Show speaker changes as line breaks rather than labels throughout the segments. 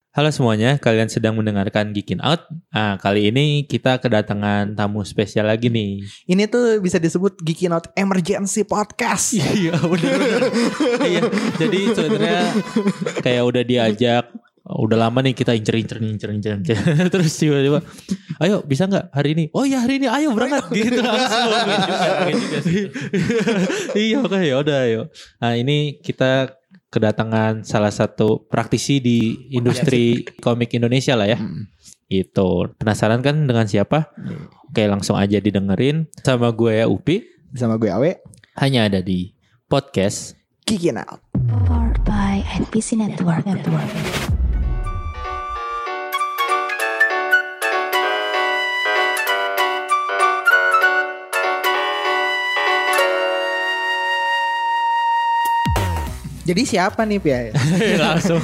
Halo semuanya, kalian sedang mendengarkan Geekin Out. Nah, kali ini kita kedatangan tamu spesial lagi nih.
Ini tuh bisa disebut Geekin Out Emergency Podcast.
Iya, benar. Iya, jadi sebenarnya kayak udah diajak, udah lama nih kita incer. Terus tiba-tiba, ayo bisa nggak hari ini? Oh ya hari ini, ayo berangkat gitu langsung. juga sih. Iya, oke ya udah ayo. Nah ini kita kedatangan salah satu praktisi di industri komik Indonesia lah ya. Itu penasaran kan dengan siapa? Oke langsung aja didengerin sama gue ya Upi.
Bersama gue Awe.
Hanya ada di podcast
Geekin Out.
Powered by NPC Network.
Jadi siapa nih Pia?
langsung.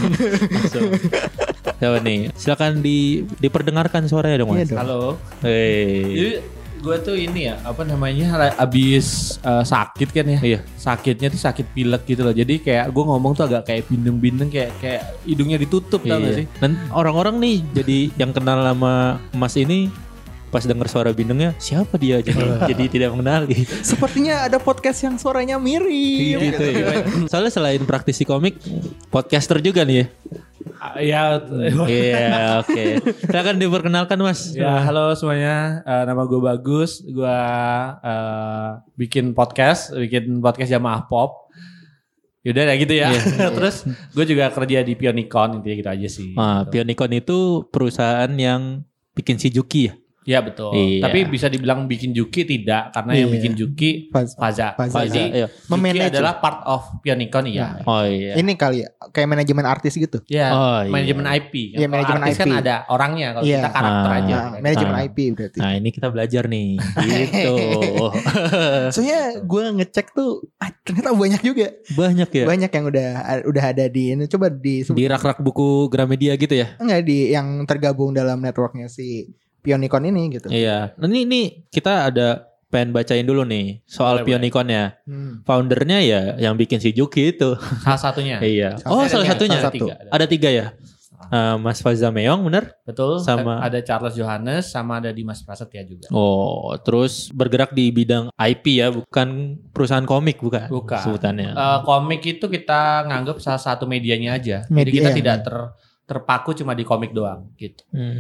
Siapa nih? Silakan diperdengarkan suaranya dong Mas.
Iya dong.
Halo.
Hey.
Jadi gue tuh ini ya apa namanya abis sakit kan ya.
Iya.
Sakitnya tuh sakit pilek gitu loh. Jadi kayak gue ngomong tuh agak kayak bindeng-bindeng kayak hidungnya ditutup tau gak sih?
Dan orang-orang nih jadi yang kenal sama Mas ini pas denger suara bindengnya siapa dia jadi tidak mengenali.
Sepertinya ada podcast yang suaranya mirip.
Gitu ya. Soalnya selain praktisi komik, podcaster juga nih ya.
Ya.
Iya, oke. Silakan diperkenalkan Mas.
Ya halo semuanya. Nama gue Bagus. Gue bikin podcast Jamaah Pop. Yaudah ya gitu ya. Terus gue juga kerja di Pionicon intinya gitu aja sih.
Nah,
gitu.
Pionicon itu perusahaan yang bikin Shizuki ya.
Ya betul.
Iya.
Tapi bisa dibilang bikin Juki tidak karena yang bikin Juki Faza. Jadi
Iya.
Juki
Memanage.
adalah part of Pionicon ya.
Oh iya.
Ini kali ya, kayak manajemen artis gitu.
Ya,
Oh, iya.
manajemen IP.
Iya,
Kalau
manajemen
artis kan
IP.
ada orangnya, kalau
Iya.
kita karakter
Ah.
aja.
Manajemen
Ah.
IP berarti.
Nah, ini kita belajar nih. Gitu.
Soalnya gue ngecek tuh ternyata banyak juga.
Banyak ya.
Banyak yang udah ada di ini. Coba
Di rak-rak buku Gramedia gitu ya.
enggak di yang tergabung dalam networknya si Pionicon ini gitu.
Iya. Nah, ini kita ada pengen bacain dulu nih soal
Boleh,
Pioniconnya.
Hmm.
Foundernya ya yang bikin Shizuki itu.
Salah satunya.
Iya. Oh, salah satunya.
Salah satu.
Ada 3 ya. Mas Faza Meong bener?
Betul.
Sama-
Ada Charles Johannes sama ada Dimas Prasetya juga.
Oh, terus bergerak di bidang IP ya, bukan perusahaan komik bukan?
Bukan.
Sebutannya.
Komik itu kita nganggap salah satu medianya aja. Jadi
Media.
kita tidak terpaku cuma di komik doang gitu.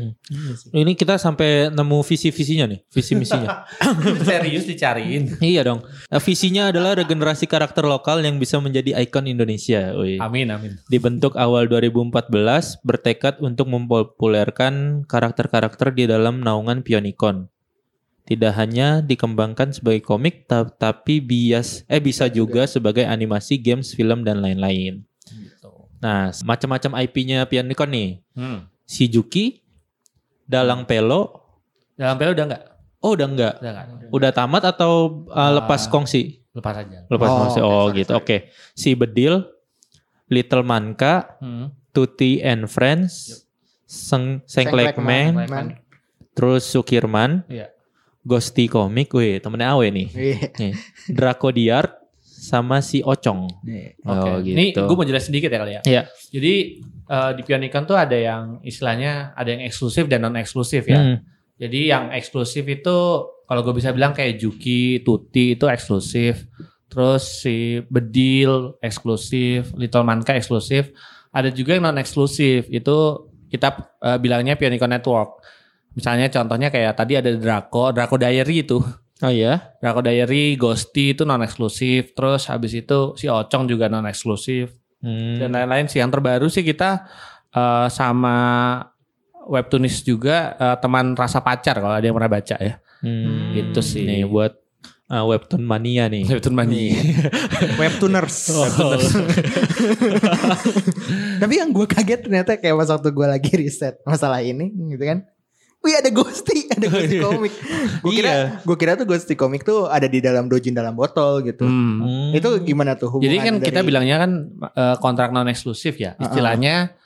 Ini kita sampai nemu visi-visinya nih, visi misinya.
Serius dicariin.
Iya dong. Visinya adalah regenerasi karakter lokal yang bisa menjadi ikon Indonesia. Wih.
Amin.
Dibentuk awal 2014, bertekad untuk mempopulerkan karakter-karakter di dalam naungan Pionicon. Tidak hanya dikembangkan sebagai komik, tapi bisa juga sebagai animasi, games, film, dan lain-lain.
Gitu.
Nah, macam-macam IP-nya Pionicon nih.
Hmm.
Shizuki, Dalang Pelo.
Dalam pelo udah enggak?
Oh, udah enggak.
Udah enggak.
Udah tamat atau lepas kongsi?
Lepas aja.
Lepas
Oh,
kongsi.
oke,
Oh,
sorry,
gitu. Oke. Si Bedil, Little Manka, Tuti and Friends, Sengklek Man, terus Sukirman,
Iya.
Ghosty Comic, wih temennya Awe nih.
Iya.
Nih. Draco Diart sama si Ocong.
Oke.
Oh, gitu.
Ini gue mau jelas sedikit ya kali ya.
Iya.
Jadi di Pionicon tuh ada yang istilahnya ada yang eksklusif dan non eksklusif ya.
Hmm.
Jadi yang eksklusif itu kalau gue bisa bilang kayak Juki, Tuti itu eksklusif. Terus si Bedil eksklusif, Little Manka eksklusif. Ada juga yang non eksklusif. Itu kita bilangnya Pionicon Network. Misalnya contohnya kayak tadi ada Draco Diary itu.
Oh iya.
Draco Diary, Ghosty itu non eksklusif. Terus habis itu si Ocong juga non eksklusif. Dan lain-lain sih. Yang terbaru sih kita sama webtoonis juga teman rasa pacar kalau ada yang pernah baca ya. Gitu sih.
Nih buat webtoon mania nih.
Webtoon mania.
Webtooners. Tapi yang gue kaget ternyata kayak pas waktu gue lagi riset masalah ini gitu kan. Wih ada Ghosty komik. Gue kira tuh Ghosty komik tuh ada di dalam dojin dalam botol gitu. Itu gimana tuh hubungan?
Jadi kan kita
dari-
bilangnya kan kontrak non eksklusif ya. Istilahnya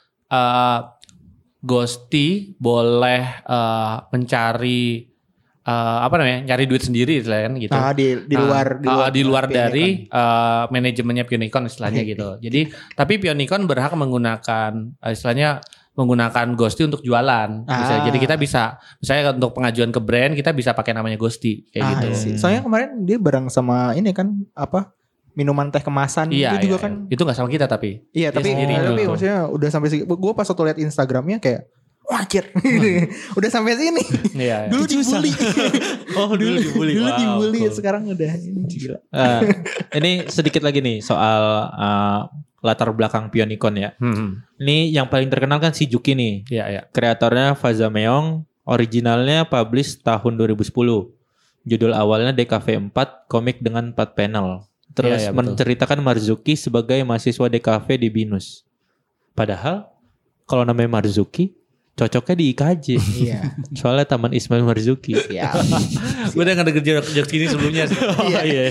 Ghosty boleh mencari nyari duit sendiri istilahnya kan gitu.
Di luar
dari manajemennya Pionicon istilahnya gitu. Jadi tapi Pionicon berhak menggunakan istilahnya menggunakan Ghosty untuk jualan. Jadi kita bisa, misalnya untuk pengajuan ke brand kita bisa pakai namanya Ghosty kayak gitu.
Sih. Soalnya kemarin dia bareng sama ini kan apa minuman teh kemasan
Iya,
itu juga
iya,
kan.
Itu nggak sama kita tapi.
Iya, tapi maksudnya udah sampai gue pas waktu lihat Instagramnya kayak wah anjir. Udah sampai sini.
Iya.
Dulu dibully.
Dulu dibully.
Dulu
Wow,
dibully
cool.
sekarang udah ini gila.
Ini sedikit lagi nih soal latar belakang Pionicon ya. Ini yang paling terkenal kan si Juki nih.
Iya.
Kreatornya Faza Meong, originalnya publish tahun 2010. Judul awalnya DKV 4, komik dengan 4 panel. Terus
Iya, betul.
menceritakan Marzuki sebagai mahasiswa DKV di BINUS. Padahal kalau namanya Marzuki cocoknya di IKJ.
Iya.
Soalnya Taman Ismail Marzuki.
Iya.
Gue udah ngedenger jokes ini sebelumnya sih.
Iya.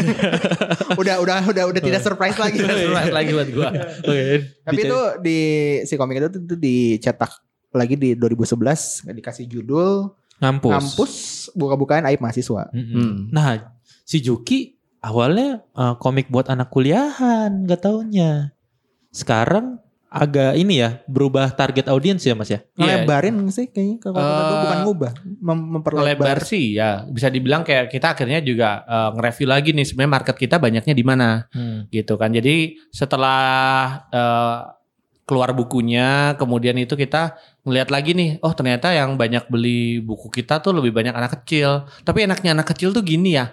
udah tidak surprise lagi.
Surprise lagi buat gue.
Tapi itu di si komik itu tuh dicetak lagi di 2011 dikasih judul Ngampus buka-bukaan aib mahasiswa.
Nah, si Juki awalnya komik buat anak kuliahan, nggak taunya. Sekarang agak ini ya, berubah target audiens ya Mas ya?
Ngelebarin sih kayaknya kalau kata gue bukan ngubah, memperlebar.
Lebar sih ya, bisa dibilang kayak kita akhirnya juga nge-review lagi nih sebenarnya market kita banyaknya di mana gitu kan. Jadi setelah keluar bukunya, kemudian itu kita ngelihat lagi nih, oh ternyata yang banyak beli buku kita tuh lebih banyak anak kecil. Tapi enaknya anak kecil tuh gini ya,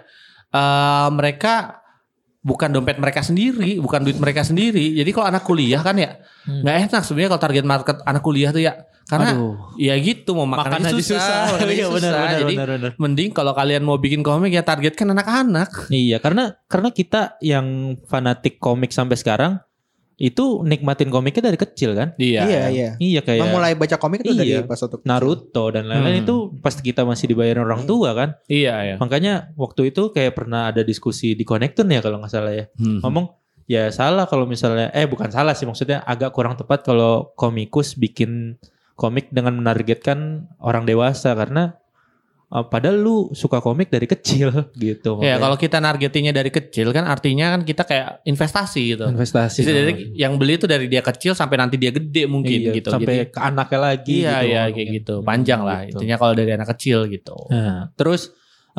mereka bukan dompet mereka sendiri, bukan duit mereka sendiri. Jadi kalau anak kuliah kan ya nggak enak sebenarnya kalau target market anak kuliah tuh ya, karena ya gitu mau makan aja susah.
Iya, benar.
Jadi mending kalau kalian mau bikin komik ya targetkan anak-anak.
Iya, karena kita yang fanatik komik sampai sekarang itu nikmatin komiknya dari kecil kan?
Iya.
Iya kayak
memulai baca komik itu dari pas waktu kecil.
Naruto dan lain-lain itu pas kita masih dibayarin orang tua kan?
Iya.
Makanya waktu itu kayak pernah ada diskusi di Connecton ya kalau nggak salah ya. Ngomong ya salah kalau misalnya bukan salah sih, maksudnya agak kurang tepat kalau komikus bikin komik dengan menargetkan orang dewasa, karena padahal lu suka komik dari kecil gitu.
Ya kalau kita nargetingnya dari kecil kan artinya kan kita kayak investasi gitu.
Investasi.
Jadi dari yang beli itu dari dia kecil sampai nanti dia gede mungkin gitu.
Sampai
jadi,
ke anaknya lagi.
Iya kayak gitu. Panjang lah
gitu.
intinya kalau dari anak kecil gitu.
Nah, terus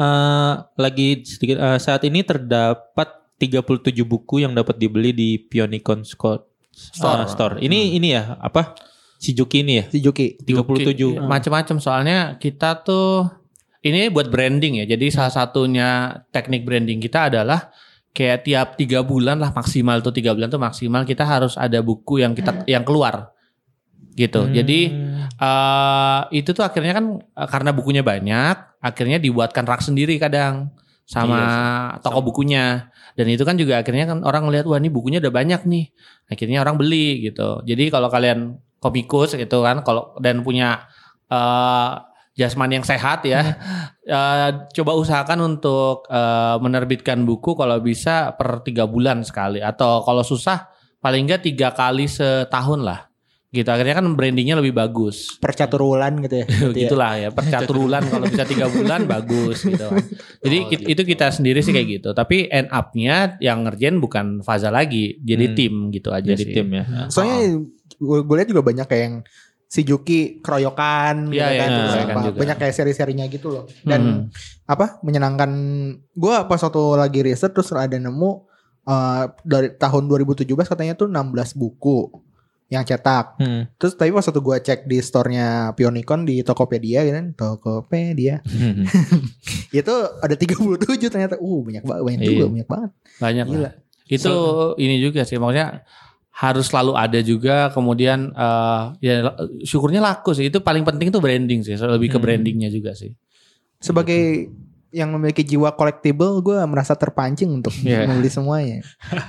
lagi sedikit saat ini terdapat 37 buku yang dapat dibeli di Pionicon Store. Ini ya apa? Si Juki ini ya?
Si Juki
37.
Macam-macam soalnya kita tuh ini buat branding ya. Jadi salah satunya teknik branding kita adalah kayak tiap 3 bulan lah maksimal tuh 3 bulan tuh maksimal kita harus ada buku yang yang keluar gitu. Jadi itu tuh akhirnya kan karena bukunya banyak, akhirnya dibuatkan rak sendiri kadang sama toko bukunya. Dan itu kan juga akhirnya kan orang ngelihat wah ini bukunya udah banyak nih. Akhirnya orang beli gitu. Jadi kalau kalian komikus gitu kan kalau dan punya jasmani yang sehat ya, coba usahakan untuk menerbitkan buku kalau bisa per 3 bulan sekali, atau kalau susah paling enggak 3 kali setahun lah gitu. Akhirnya kan brandingnya lebih bagus.
per catur wulan gitu ya.
Gitulah ya, per catur bulan kalau bisa 3 bulan bagus gitu kan. Jadi itu kita sendiri sih kayak gitu. Tapi end up-nya yang ngerjain bukan Faza lagi, jadi tim gitu aja
Jadi
sih.
tim ya.
Soalnya gue lihat juga banyak kayak yang si Juki keroyokan gitu kan, terus banyak kayak seri-serinya gitu loh. Dan menyenangkan. Gue pas waktu lagi riset terus ada nemu dari tahun 2017 katanya tuh 16 buku yang cetak. Terus tapi pas waktu gue cek di store-nya Pionicon di Tokopedia gitu kan, Tokopedia. Itu ada 37 ternyata. Banyak banget.
Banyak
Gila.
lah. Itu ini juga sih maksudnya harus selalu ada juga, kemudian ya syukurnya laku sih. Itu paling penting tuh branding sih, lebih ke brandingnya juga sih.
Sebagai yang memiliki jiwa collectible, gue merasa terpancing untuk membeli semuanya.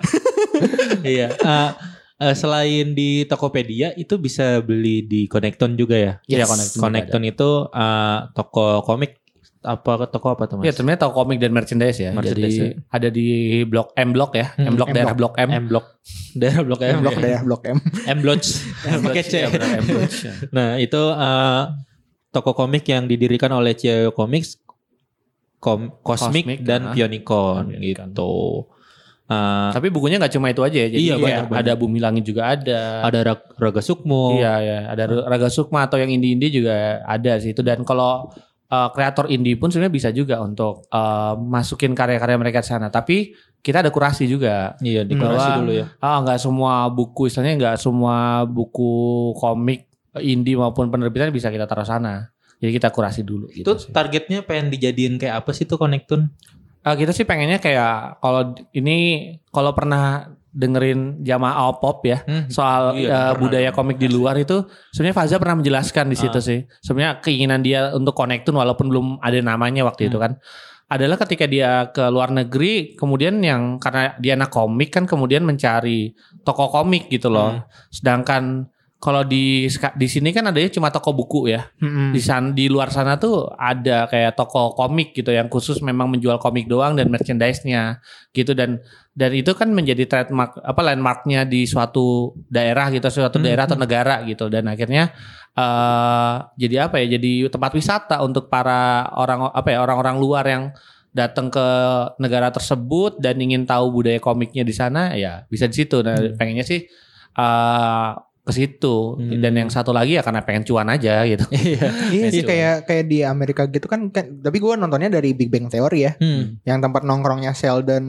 Iya. Selain di Tokopedia itu bisa beli di Connecton juga ya?
Iya,
Connecton itu toko komik toko apa tuh Mas?
Ya sebenarnya toko komik dan merchandise ya. Jadi ada di Blok M Blok ya. M Blok daerah Blok M.
M Blok. Daerah Blok M.
Daerah Blok M.
M Blok. Pakai C. Nah, itu toko komik yang didirikan oleh Ceo Comics, Cosmic dan Pionicon gitu.
Tapi bukunya nggak cuma itu aja ya. Jadi
Iya,
kayak
banyak.
ada Bumi Langit juga ada.
Ada Raga Sukmo.
Iya ya, ada Raga Sukma atau yang indie juga ada sih itu. Dan kalau kreator indie pun sebenarnya bisa juga untuk masukin karya-karya mereka di sana. Tapi kita ada kurasi juga.
Iya, dikurasi
Bahwa,
dulu ya.
nggak semua buku, istilahnya nggak semua buku komik indie maupun penerbitan bisa kita taruh sana. Jadi kita kurasi dulu.
Itu
Gitu sih.
targetnya pengen dijadiin kayak apa sih tuh Connectun?
Kita sih pengennya kayak kalau pernah dengerin Jamaah Pop ya soal
Iya,
budaya komik di luar itu sebenarnya Faza pernah menjelaskan di situ sih. Sebenarnya keinginan dia untuk Connectun walaupun belum ada namanya waktu itu kan adalah ketika dia ke luar negeri kemudian yang karena dia anak komik kan kemudian mencari toko komik gitu loh. Sedangkan kalau di sini kan adanya cuma toko buku ya. Di luar sana tuh ada kayak toko komik gitu yang khusus memang menjual komik doang dan merchandise-nya gitu dan itu kan menjadi trademark landmarknya di suatu daerah gitu, suatu daerah atau negara gitu dan akhirnya jadi jadi tempat wisata untuk para orang-orang luar yang datang ke negara tersebut dan ingin tahu budaya komiknya di sana ya bisa di situ. Nah, pengennya sih ke situ dan yang satu lagi ya karena pengen cuan aja gitu.
Iya sih kayak di Amerika gitu kan tapi gue nontonnya dari Big Bang Theory ya. Yang tempat nongkrongnya Sheldon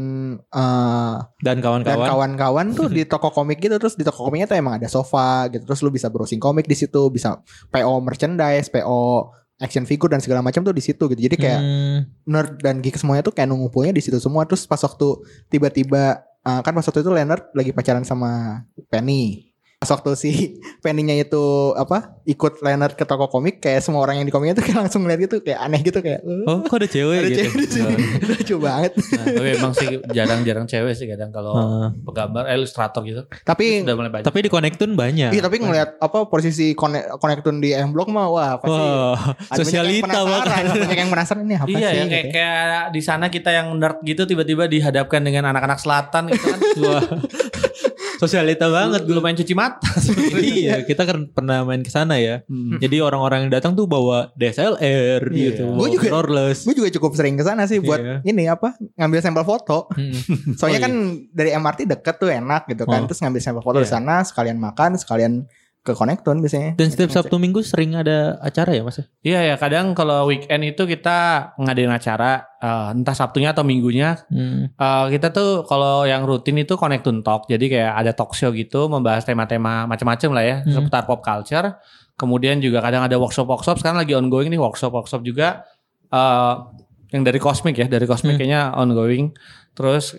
Dan kawan-kawan
tuh di toko komik gitu. Terus di toko komiknya tuh emang ada sofa gitu. Terus lu bisa browsing komik di situ, bisa PO merchandise, PO action figure dan segala macam tuh di situ gitu. Jadi kayak nerd dan geek semuanya tuh kayak ngumpulnya di situ semua. Terus pas waktu tiba-tiba kan pas waktu itu Leonard lagi pacaran sama Penny. Pas waktu si Penny-nya itu ikut Leonard ke toko komik, kayak semua orang yang di komiknya tuh kayak langsung ngeliat gitu, kayak aneh gitu kayak
Oh, kok ada cewek
ada
gitu.
cewek di sini. Lucu banget.
Nah, tapi emang sih jarang-jarang cewek sih kadang kalau penggambar ilustrator gitu.
Tapi
Udah mulai banyak.
Tapi di Connectun banyak.
iya, tapi ngeliat posisi Connectun di M Block mah wah pasti
Wah,
ada
sosialita
banget. Banyak yang penasaran ini apa
Iya
sih
ya
gitu.
kayak di sana kita yang nerd gitu tiba-tiba dihadapkan dengan anak-anak selatan gitu kan.
Wah, sosialita banget.
Dulu main cuci mata.
Iya, kita kan pernah main ke sana ya. Jadi orang-orang yang datang tuh bawa DSLR gitu,
Gue
bawa
juga
mirrorless.
Gue juga cukup sering ke sana sih buat
Iya.
ini ngambil sampel foto. Soalnya
Oh,
kan dari MRT deket tuh enak gitu kan.
Oh.
Terus ngambil sampel foto di
Iya.
sana, sekalian makan, sekalian ke Connectun biasanya.
Dan setiap Sabtu Minggu sering ada acara ya Mas?
Iya ya kadang kalau weekend itu kita ngadain acara entah Sabtunya atau Minggunya. Kita tuh kalau yang rutin itu Connectun Talk. Jadi kayak ada talk show gitu membahas tema-tema macam-macam lah ya seputar pop culture. Kemudian juga kadang ada workshop. Sekarang lagi ongoing nih workshop juga yang dari Cosmic ya. Dari Cosmic kayaknya ongoing. Terus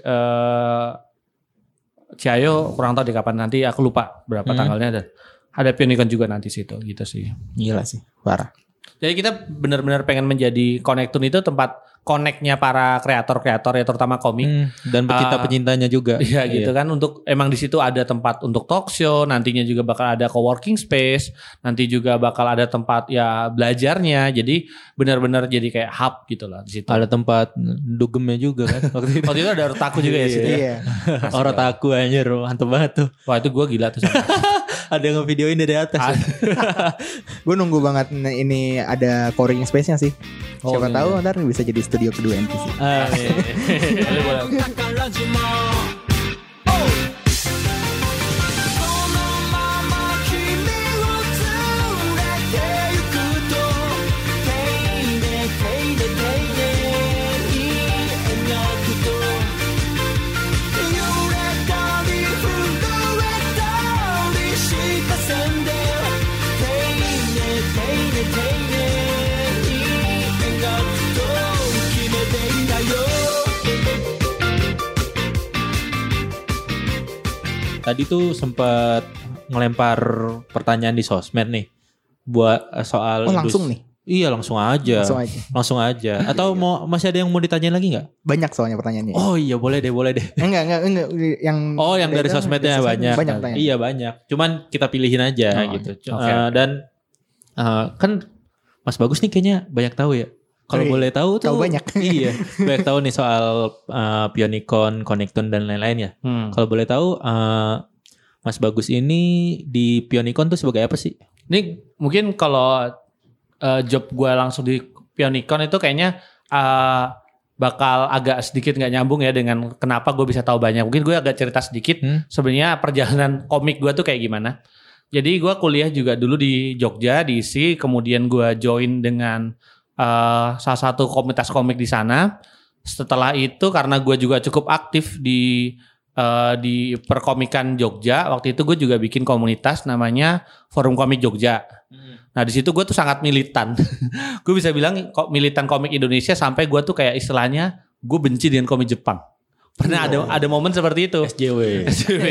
Ciayo kurang tahu di kapan nanti, aku lupa berapa tanggalnya. Ada Pionicon juga nanti situ gitu sih.
Gila sih, parah.
Jadi kita benar-benar pengen menjadi Connectun itu tempat connect-nya para kreator-kreator ya terutama komik.
Dan pecinta-pecintanya juga.
Iya gitu kan, untuk emang di situ ada tempat untuk talk show, nantinya juga bakal ada co-working space, nanti juga bakal ada tempat ya belajarnya. Jadi benar-benar jadi kayak hub gitu lah di situ.
Ada tempat dugemnya juga kan. Waktu itu
Waktu itu ada Otaku juga ya situ.
Iya.
orang taku anjir, mantep banget tuh.
Wah itu gue gila tuh.
Ada yang ngevideoin dari atas.
Gue nunggu banget ini ada co-working space-nya sih.
Oh,
Siapa
iya.
tahu ntar bisa jadi studio kedua NPC.
Boleh, boleh.
'Tadi tuh sempat ngelempar pertanyaan di sosmed nih buat soal
Langsung nih.
Iya, langsung aja. Langsung aja. Atau masih ada yang mau ditanyain lagi nggak?
Banyak soalnya pertanyaannya.
Oh iya, boleh deh.
Enggak yang
Yang dari sosmednya banyak.
Banyak pertanyaan.
Iya, banyak. Cuman kita pilihin aja gitu. Dan kan Mas Bagus nih kayaknya banyak tahu ya. Kalau boleh tahu tuh
banyak.
Iya, banyak tahu nih soal Pionicon, Connectun dan lain-lain ya. Kalau boleh tahu Mas Bagus ini di Pionicon tuh sebagai apa sih?
Ini mungkin kalau job gue langsung di Pionicon itu kayaknya bakal agak sedikit nggak nyambung ya dengan kenapa gue bisa tahu banyak. Mungkin gue agak cerita sedikit sebenarnya perjalanan komik gue tuh kayak gimana. Jadi gue kuliah juga dulu di Jogja di ISI, kemudian gue join dengan salah satu komunitas komik di sana. Setelah itu karena gue juga cukup aktif di perkomikan Jogja, waktu itu gue juga bikin komunitas namanya Forum Komik Jogja. Nah di situ gue tuh sangat militan. Gue bisa bilang militan komik Indonesia sampai gue tuh kayak istilahnya gue benci dengan komik Jepang. Pernah ada momen seperti itu.
SJW.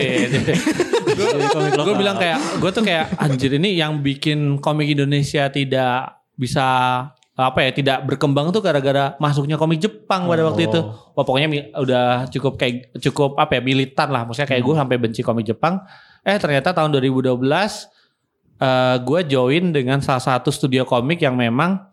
Gue bilang kayak gue tuh kayak anjir ini yang bikin komik Indonesia tidak bisa tidak berkembang tuh gara-gara masuknya komik Jepang pada waktu itu. Wah, pokoknya udah cukup militan lah. Maksudnya kayak gue sampai benci komik Jepang. Ternyata tahun 2012 gue join dengan salah satu studio komik yang memang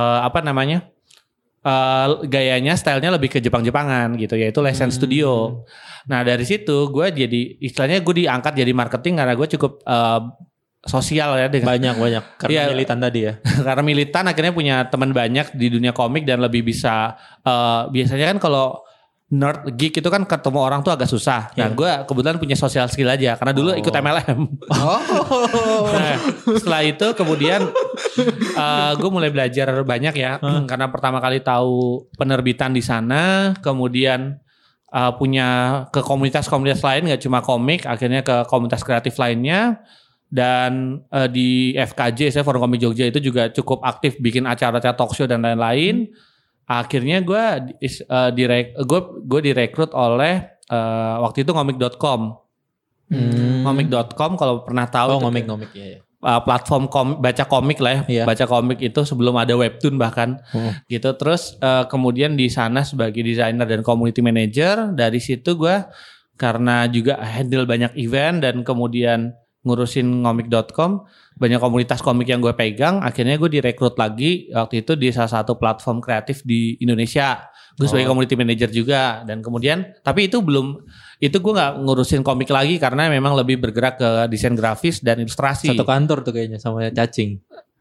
gayanya, stylenya lebih ke Jepang-Jepangan gitu, yaitu Lesen Studio. Nah dari situ gue jadi istilahnya gue diangkat jadi marketing karena gue cukup sosial ya dengan banyak karena militan tadi ya. Karena militan akhirnya punya teman banyak di dunia komik dan lebih bisa biasanya kan kalau nerd geek itu kan ketemu orang tuh agak susah. Nah, gue kebetulan punya social skill aja karena dulu ikut MLM. Nah, setelah itu kemudian gue mulai belajar banyak ya, karena pertama kali tahu penerbitan di sana, kemudian punya ke komunitas-komunitas lain, nggak cuma komik, akhirnya ke komunitas kreatif lainnya. Dan di FKJ, saya Forum Komik Jogja itu juga cukup aktif bikin acara-acara talk show dan lain-lain. Akhirnya gue direkrut oleh waktu itu ngomik.com. Ngomik.com kalau pernah tahu.
Ngomik ya.
Platform baca komik lah ya. Baca komik itu sebelum ada webtoon bahkan. Gitu. Terus kemudian di sana sebagai desainer dan community manager. Dari situ gue karena juga handle banyak event dan kemudian ngurusin ngomik.com, banyak komunitas komik yang gue pegang, akhirnya gue direkrut lagi waktu itu di salah satu platform kreatif di Indonesia. Gue sebagai community manager juga, dan kemudian tapi itu gue nggak ngurusin komik lagi karena memang lebih bergerak ke desain grafis dan ilustrasi.
Satu kantor tuh kayaknya sama Cacing.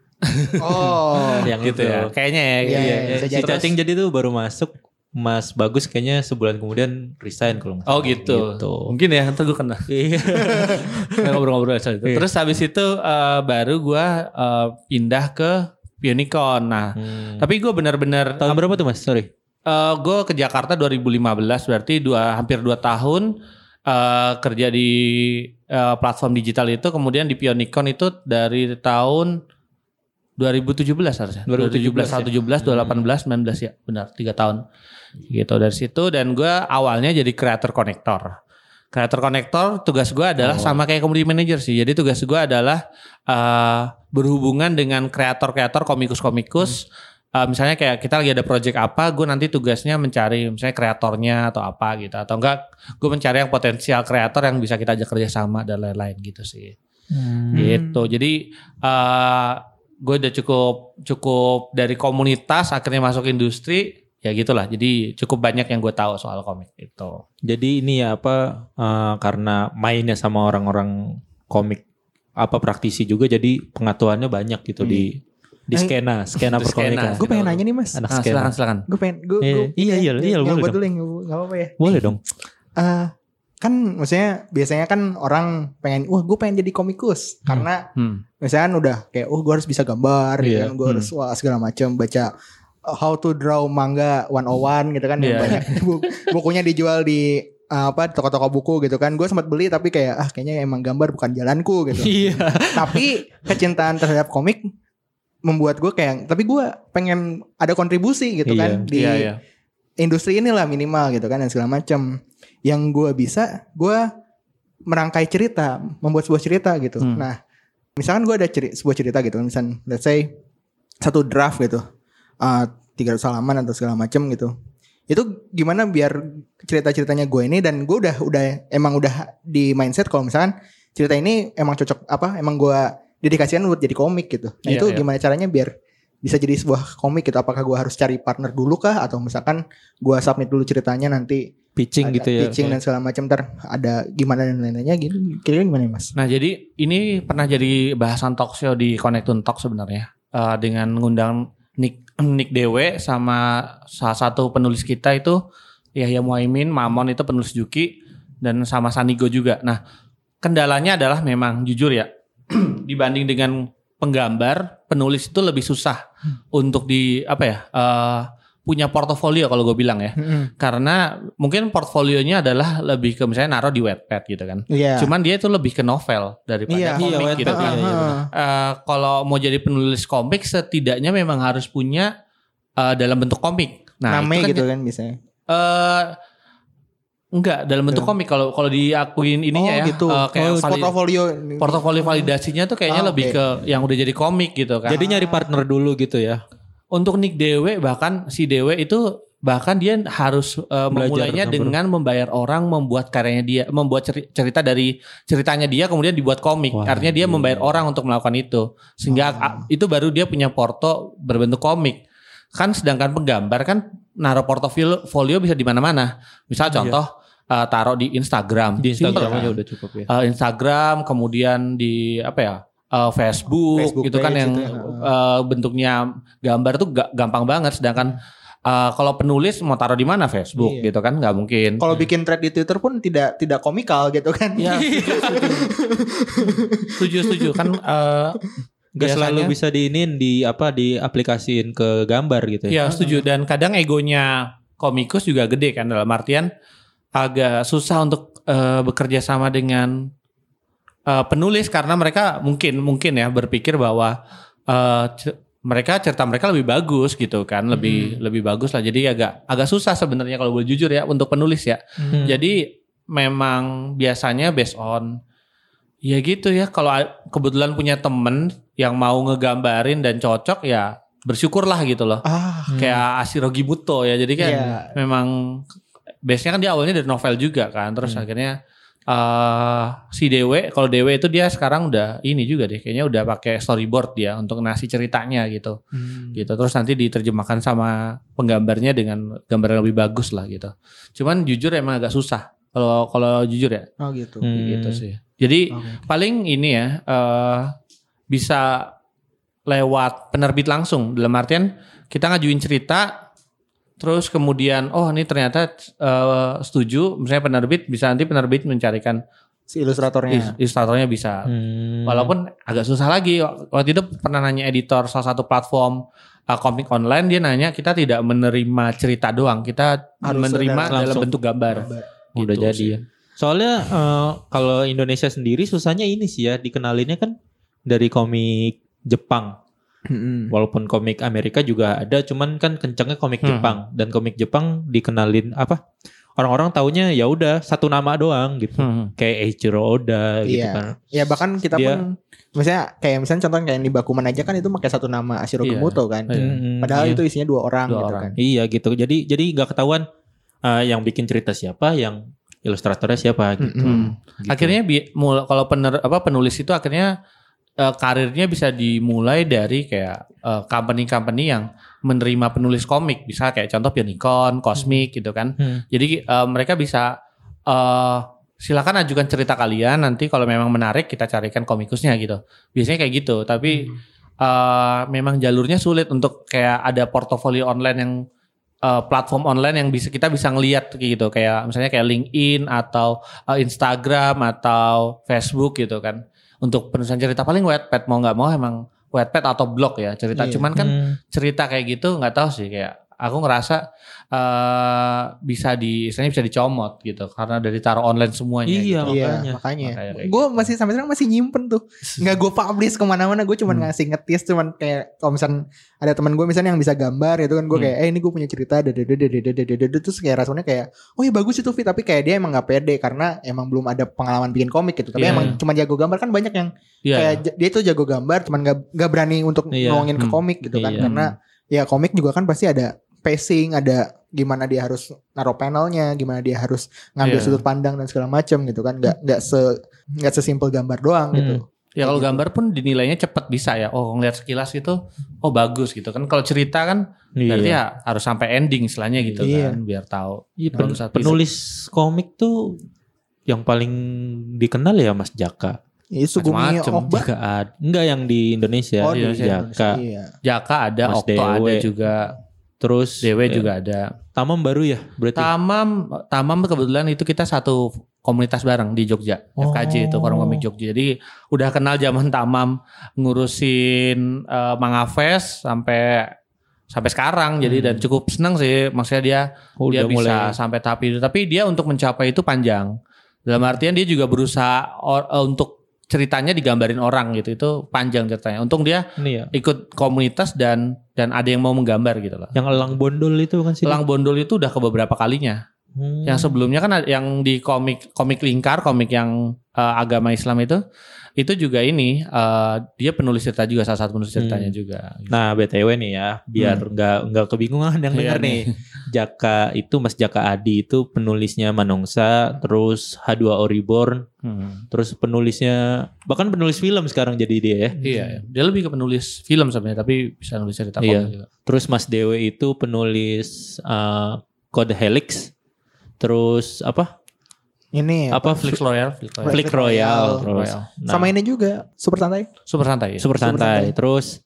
Yang gitu ya. Kayaknya ya.
Si Cacing jadi tuh baru masuk. Mas Bagus kayaknya sebulan kemudian resign kalau nggak salah.
Gitu. Mungkin ya, ntar gue kena. Ngobrol-ngobrol soal itu. Terus habis itu baru gue pindah ke Pionicon. Nah, tapi gue benar-benar
tahun berapa tuh Mas? Sorry.
Gue ke Jakarta 2015, berarti hampir 2 tahun kerja di platform digital itu. Kemudian di Pionicon itu dari tahun 2017 harusnya. 2017, 2018, 19 ya. Benar, 3 tahun. Gitu dari situ, dan gue awalnya jadi creator connector. Creator connector tugas gue adalah sama kayak community manager sih. Jadi tugas gue adalah berhubungan dengan kreator-kreator, komikus-komikus. Misalnya kayak kita lagi ada project apa, gue nanti tugasnya mencari misalnya kreatornya atau apa gitu. Atau enggak, gue mencari yang potensial kreator yang bisa kita ajak kerja sama dan lain-lain gitu sih. Gitu. Jadi gue udah cukup dari komunitas akhirnya masuk industri ya gitulah. Jadi cukup banyak yang gue tahu soal komik itu.
Jadi ini ya karena mainnya sama orang-orang komik praktisi juga, jadi pengetahuannya banyak gitu di skena perkomikan.
Gue pengen nanya nih Mas.
Silakan.
Gue pengen
iya boleh dong.
Nggak apa-apa ya.
Boleh dong.
Kan maksudnya biasanya kan orang pengen gue pengen jadi komikus karena misalnya udah kayak gue harus bisa gambar gitu kan, gue harus segala macam, baca how to draw manga 101 gitu kan, yang banyak bukunya dijual di toko-toko buku gitu kan. Gue sempat beli tapi kayak kayaknya emang gambar bukan jalanku gitu. Tapi kecintaan terhadap komik membuat gue kayak tapi gue pengen ada kontribusi gitu kan di industri inilah minimal gitu kan dan segala macam. Yang gue bisa, gue merangkai cerita, membuat sebuah cerita gitu. Nah, misalkan gue ada sebuah cerita gitu, misalkan let's say satu draft gitu, 300 halaman atau segala macam gitu. Itu gimana biar cerita-ceritanya gue ini, dan gue udah di mindset kalau misalkan cerita ini emang cocok emang gue dedikasikan buat jadi komik gitu. Nah itu gimana caranya biar bisa jadi sebuah komik gitu? Apakah gue harus cari partner dulu kah, atau misalkan gue submit dulu ceritanya nanti
pitching gitu ya,
pitching dan segala macam, ntar ada gimana dan lain-lainnya gitu, kira-kira gimana ya Mas?
Nah jadi ini pernah jadi bahasan talk show di Connect to Talk sebenarnya, dengan ngundang Nick Dewe sama salah satu penulis kita itu Yahya Muaimin, Mamon itu penulis Juki, dan sama Sanigo juga. Nah, kendalanya adalah memang jujur ya, dibanding dengan penggambar, penulis itu lebih susah untuk punya portofolio kalau gue bilang ya. Karena mungkin portofolionya adalah lebih ke misalnya naruh di Wattpad gitu kan. Cuman dia itu lebih ke novel daripada komik gitu kan. Kalau mau jadi penulis komik setidaknya memang harus punya dalam bentuk komik. Nah,
namanya
itu
gitu kan misalnya.
Enggak, dalam bentuk komik kalau diakuin ininya
gitu.
Kayak portofolio
Hmm.
validasinya tuh kayaknya lebih ke yang udah jadi komik gitu kan.
Jadi nyari partner dulu gitu ya.
Untuk Nick Dewe bahkan si Dewe itu bahkan dia harus memulainya dengan membayar orang membuat karyanya dia, membuat cerita dari ceritanya dia kemudian dibuat komik. Artinya dia membayar orang untuk melakukan itu. Sehingga itu baru dia punya porto berbentuk komik. Kan sedangkan penggambar kan naruh portofolio bisa di mana-mana. Misal contoh taruh di Instagram.
Di Instagram aja udah cukup ya.
Instagram, kemudian di Facebook gitu kan yang bentuknya gambar tuh gampang banget. Sedangkan kalau penulis mau taruh di mana Facebook gitu kan nggak mungkin.
Kalau bikin thread di Twitter pun tidak komikal gitu kan.
Ya, setuju kan.
Gak selalu bisa diaplikasiin ke gambar gitu ya.
Iya setuju, dan kadang egonya komikus juga gede kan, dalam artian agak susah untuk bekerja sama dengan penulis karena mereka mungkin ya berpikir bahwa cerita mereka lebih bagus gitu kan, lebih bagus lah. Jadi agak susah sebenarnya kalau boleh jujur ya untuk penulis ya. Jadi memang biasanya based on ya gitu ya, kalau kebetulan punya temen yang mau ngegambarin dan cocok ya bersyukurlah gitu loh. Kayak Ashiro Gibuto ya, jadi kan memang base-nya kan dia awalnya dari novel juga kan, terus akhirnya si Dewe, kalau Dewe itu dia sekarang udah ini juga deh, kayaknya udah pakai storyboard dia untuk ngasih ceritanya gitu. Gitu. Terus nanti diterjemahkan sama penggambarnya dengan gambar yang lebih bagus lah gitu. Cuman jujur emang agak susah. Kalau jujur ya.
Oh gitu.
Gitu sih. Jadi paling ini ya bisa lewat penerbit langsung, dalam artian kita ngajuin cerita terus kemudian ini ternyata setuju, misalnya penerbit bisa, nanti penerbit mencarikan
si ilustratornya bisa. Walaupun agak susah lagi. Waktu itu pernah nanya editor salah satu platform komik online, dia nanya kita tidak menerima cerita doang, kita harus menerima dalam bentuk gambar.
Gitu udah jadi
sih.
Ya. Soalnya kalau Indonesia sendiri susahnya ini sih ya, dikenalinnya kan dari komik Jepang. Walaupun komik Amerika juga ada, cuman kan kencengnya komik Jepang, dan komik Jepang dikenalin orang-orang taunya ya udah satu nama doang gitu. Kayak Eiichiro Oda gitu kan.
Ya bahkan kita pun misalnya contohnya kayak di Bakuman aja kan itu pakai satu nama Ashiro Gibuto kan. Padahal itu isinya dua orang gitu kan.
Iya gitu. Jadi enggak ketahuan yang bikin cerita siapa, yang ilustratornya siapa gitu.
Akhirnya kalau penulis itu akhirnya karirnya bisa dimulai dari kayak company-company yang menerima penulis komik, bisa kayak contoh Pionicon, Cosmic gitu kan. Jadi mereka bisa silakan ajukan cerita kalian, nanti kalau memang menarik kita carikan komikusnya gitu. Biasanya kayak gitu, tapi memang jalurnya sulit untuk kayak ada portofolio online yang platform online yang kita bisa ngelihat gitu, kayak misalnya kayak LinkedIn atau Instagram atau Facebook gitu kan. Untuk penulisan cerita paling Wattpad, mau nggak mau emang Wattpad atau blog ya cerita. Cuman kan cerita kayak gitu nggak tahu sih, kayak aku ngerasa bisa dicomot gitu karena dari taruh online semuanya.
Iya
gitu.
Makanya. Gue masih sampai sekarang masih nyimpen tuh. Nggak gue publish kemana-mana. Gue cuma ngasih ngetis, cuman kayak kalau misalnya ada teman gue misalnya yang bisa gambar itu kan, gue kayak ini gue punya cerita terus kayak rasanya kayak oh ya bagus itu tapi kayak dia emang nggak pede karena emang belum ada pengalaman bikin komik gitu. Tapi emang cuma jago gambar, kan banyak yang kayak dia tuh jago gambar cuman nggak berani untuk nuangin ke komik gitu kan. Karena ya komik juga kan pasti ada pacing, ada gimana dia harus naruh panelnya, gimana dia harus ngambil sudut pandang dan segala macam gitu kan. Nggak sesimpel gambar doang gitu.
Ya kalau gambar pun dinilainya cepat bisa ya. Oh ngeliat sekilas gitu, oh bagus gitu kan. Kalau cerita kan berarti ya harus sampai ending istilahnya gitu kan, biar tahu.
Penulis komik tuh yang paling dikenal ya Mas Jaka.
Sugumi
Macem-macem.
Okba.
Jaka enggak yang di Indonesia.
Oh, di
Jaka.
Iya.
Jaka ada,
Mas
Okto ada
Dewe.
juga,
Terus
Dewe juga ada.
Tamam baru ya berarti.
Tamam kebetulan itu kita satu komunitas bareng di Jogja, FKJ itu Forum Komik Jogja. Jadi udah kenal zaman Tamam ngurusin Manga Fest sampai sekarang. Jadi dan cukup seneng sih, maksudnya dia
Udah
bisa
mulai.
sampai tahap itu. Tapi dia untuk mencapai itu panjang. Dalam artian dia juga berusaha untuk ceritanya digambarin orang gitu. Itu panjang ceritanya. Untung dia
Ini ya.
ikut komunitas dan ada yang mau menggambar gitu loh.
Yang Elang Bondol itu kan sih.
Elang Bondol itu udah ke beberapa kalinya. Yang sebelumnya kan yang di komik Lingkar, komik yang agama Islam itu juga ini dia penulis cerita juga, salah satu penulis ceritanya juga.
Nah BTW nih ya, biar nggak kebingungan yang
Iya
denger nih. Jaka itu Mas Jaka Adi itu penulisnya Manongsa, terus H2O Reborn, terus penulisnya bahkan penulis film sekarang jadi dia ya.
Iya, dia lebih ke penulis film sebenarnya, tapi bisa nulis cerita
Iya.
komik juga.
Terus Mas Dewe itu penulis Code Helix, terus apa?
Ini
Apa
Flix Royale.
Flick Royale, terus nah,
sama ini juga Super Santai.
Super santai. Ya?
Super Santai. Terus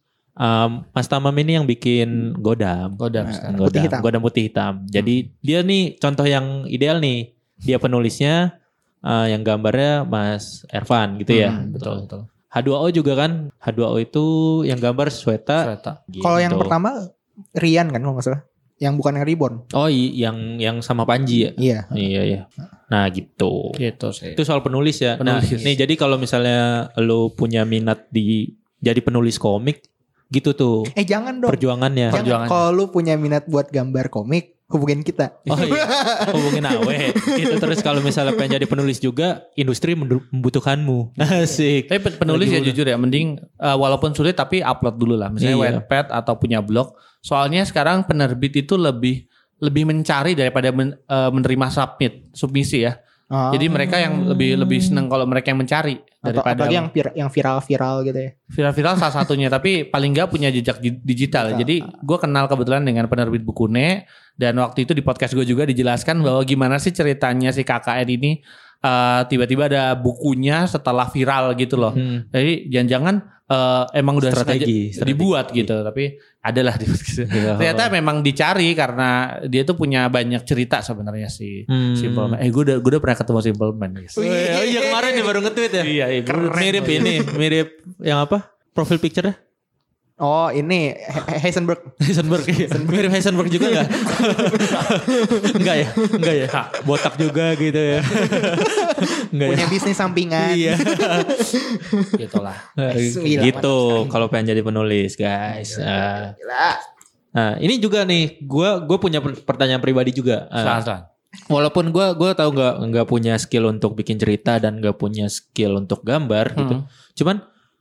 Mas Tamam ini yang bikin Godam.
Godam sekarang.
Putih hitam.
Godam putih hitam. Jadi dia nih contoh yang ideal nih. Dia penulisnya yang gambarnya Mas Ervan gitu ya.
Betul.
H2O juga kan. H2O itu yang gambar Sweta.
Cerita.
Gitu.
Kalau yang pertama Rian kan kalau nggak salah. Yang bukan yang Reborn.
Oh yang sama Panji ya.
Iya.
Iya. Nah gitu.
Gitu sih.
Itu soal penulis ya.
Penulis.
Nah, nih jadi kalau misalnya lu punya minat jadi penulis komik gitu tuh
Jangan dong.
perjuangannya.
Jangan. Kalau lu punya minat buat gambar komik, hubungin kita.
Oh iya, hubungin Awe. Gitu terus kalau misalnya pengen jadi penulis juga, industri membutuhkanmu. Asik.
Tapi penulis ya jujur ya, mending walaupun sulit tapi upload dulu lah. Misalnya
Iya.
Wattpad atau punya blog. Soalnya sekarang penerbit itu lebih mencari daripada menerima submisi ya. Jadi mereka yang lebih seneng kalau mereka yang mencari daripada
apalagi yang viral-viral gitu ya.
viral salah satunya, tapi paling nggak punya jejak digital. Jadi gue kenal kebetulan dengan penerbit Bukune, dan waktu itu di podcast gue juga dijelaskan bahwa gimana sih ceritanya si KKN ini tiba-tiba ada bukunya setelah viral gitu loh. Jadi jangan-jangan emang udah
Strategi.
dibuat gitu, tapi adalah di podcast. Ternyata memang dicari karena dia tuh punya banyak cerita sebenarnya si Simple Man. Gue udah pernah ketemu Simple Man. Guys.
Oh iya kemarin dia baru nge-tweet ya.
Iya,
Mirip yang apa? Profil picture-nya.
Oh ini Heisenberg.
Heisenberg. Mirip Heisenberg juga enggak? Enggak ya. Botak juga gitu ya. Enggak
Punya
ya.
bisnis sampingan.
Iya.
Gitulah.
Gitu kalau pengen jadi penulis guys. Nah ini juga nih, gue punya pertanyaan pribadi juga.
Silahkan.
Walaupun gue tahu nggak punya skill untuk bikin cerita dan nggak punya skill untuk gambar gitu. Cuman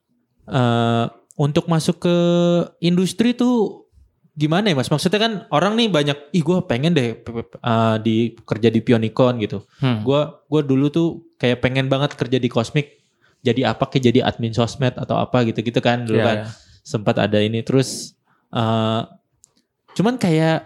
untuk masuk ke industri tuh gimana ya Mas? Maksudnya kan orang nih banyak, gue pengen deh kerja di Pionicon gitu. Gue dulu tuh kayak pengen banget kerja di Cosmic. Jadi apa kayak jadi admin sosmed atau apa gitu kan dulu kan. Sempat ada ini terus cuman kayak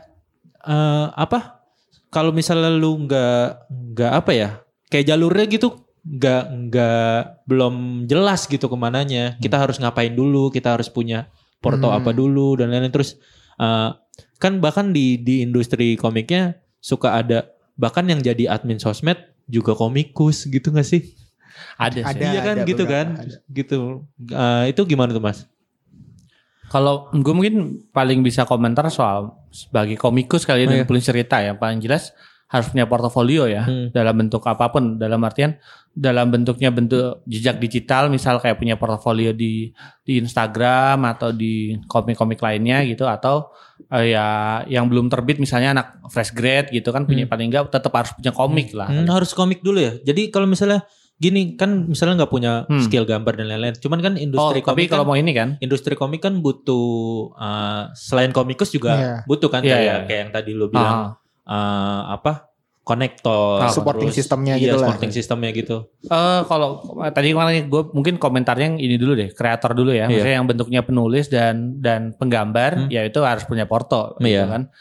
kalau misalnya lu nggak apa ya, kayak jalurnya gitu nggak belum jelas gitu kemananya. Kita harus ngapain dulu, kita harus punya porto apa dulu dan lain-lain. Terus kan bahkan di industri komiknya suka ada bahkan yang jadi admin sosmed juga komikus gitu nggak sih?
Ada sih.
Iya kan gitu kan, gitu. Itu gimana tuh Mas?
Kalau gue mungkin paling bisa komentar soal sebagai komikus kali ya dan penulis cerita ya, paling jelas harus punya portofolio ya dalam bentuk apapun, dalam artian dalam bentuknya bentuk jejak digital, misal kayak punya portofolio di Instagram atau di komik-komik lainnya gitu, atau ya yang belum terbit misalnya anak fresh grade gitu kan punya paling enggak tetap harus punya komik lah.
Harus komik dulu ya. Jadi kalau misalnya gini kan misalnya nggak punya skill gambar dan lain-lain. Cuman kan industri komik
tapi kalau mau ini kan
industri komik kan butuh selain komikus juga butuh kan kayak yang tadi lu bilang konektor,
supporting sistemnya
gitu
lah.
Supporting sistemnya gitu.
Kalau tadi kemarin gue mungkin komentarnya yang ini dulu deh, kreator dulu ya. Maksudnya yang bentuknya penulis dan penggambar, ya itu harus punya porto gitu kan.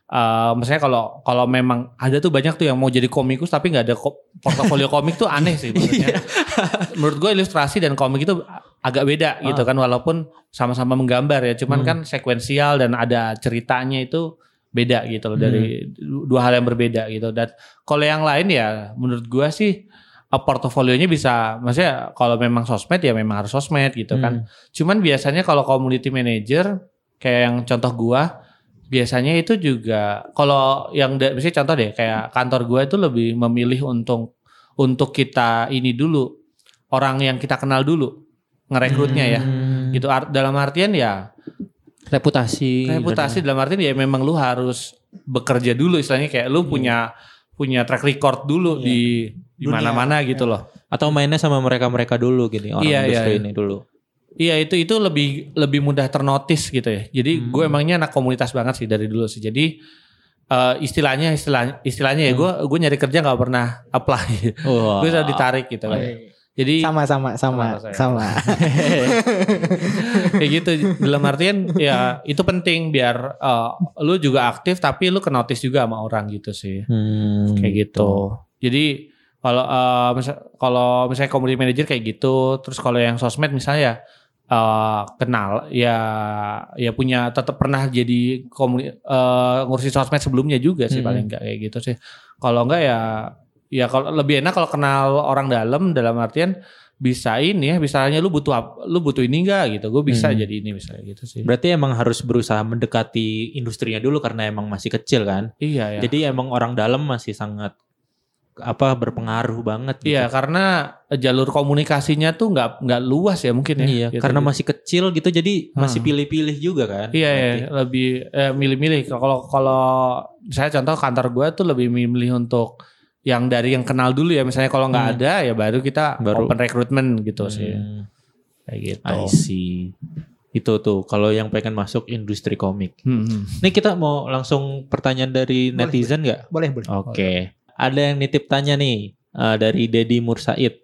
Misalnya kalau memang ada tuh banyak tuh yang mau jadi komikus tapi nggak ada portofolio komik tuh aneh sih menurutnya. Menurut gue ilustrasi dan komik itu agak beda gitu kan, walaupun sama-sama menggambar ya, cuman kan sekuensial dan ada ceritanya itu beda gitu loh, dari dua hal yang berbeda gitu. Dan kalau yang lain ya menurut gue sih portofolionya bisa, maksudnya kalau memang sosmed ya memang harus sosmed gitu kan. Cuman biasanya kalau community manager kayak yang contoh gue, biasanya itu juga kalau yang misalnya contoh deh kayak kantor gue itu lebih memilih untuk kita ini dulu, orang yang kita kenal dulu ngerekrutnya ya gitu, dalam artian ya
reputasi
dalam artian ya memang lu harus bekerja dulu, istilahnya kayak lu punya track record dulu di mana-mana gitu loh,
atau mainnya sama mereka dulu gini, orang industri ini dulu.
Iya, itu lebih mudah ternotis gitu ya. Jadi gue emangnya anak komunitas banget sih dari dulu sih. Jadi istilahnya ya gue nyari kerja nggak pernah apply. Gue selalu ditarik gitu kan. Jadi
sama.
Kayak gitu. Dalam artian ya itu penting biar lu juga aktif tapi lu kenotis juga sama orang gitu sih. Kayak gitu. Jadi kalau misalnya community manager kayak gitu, terus kalau yang sosmed misalnya kenal ya punya, tetap pernah jadi ngurusin sosmed sebelumnya juga sih, paling enggak kayak gitu sih. Kalau enggak ya kalau lebih enak kalau kenal orang dalam artian bisa ini ya, misalnya lu butuh ini enggak gitu, gue bisa jadi ini misalnya gitu sih.
Berarti emang harus berusaha mendekati industrinya dulu karena emang masih kecil kan.
Iya ya.
Jadi emang orang dalam masih sangat berpengaruh banget gitu.
Iya, karena jalur komunikasinya tuh nggak luas ya mungkin ya.
Iya,
gitu,
karena masih kecil gitu, jadi masih pilih-pilih juga kan.
Iya, ya, lebih milih-milih. Kalau saya contoh kantor gue tuh lebih milih untuk yang dari yang kenal dulu ya. Misalnya kalau nggak ada ya baru kita open recruitment gitu sih. Kayak gitu.
I see. Itu tuh kalau yang pengen masuk industri komik. Nih kita mau langsung pertanyaan dari netizen nggak?
Boleh.
Oke. Ada yang nitip tanya nih dari Dedi Mursaid.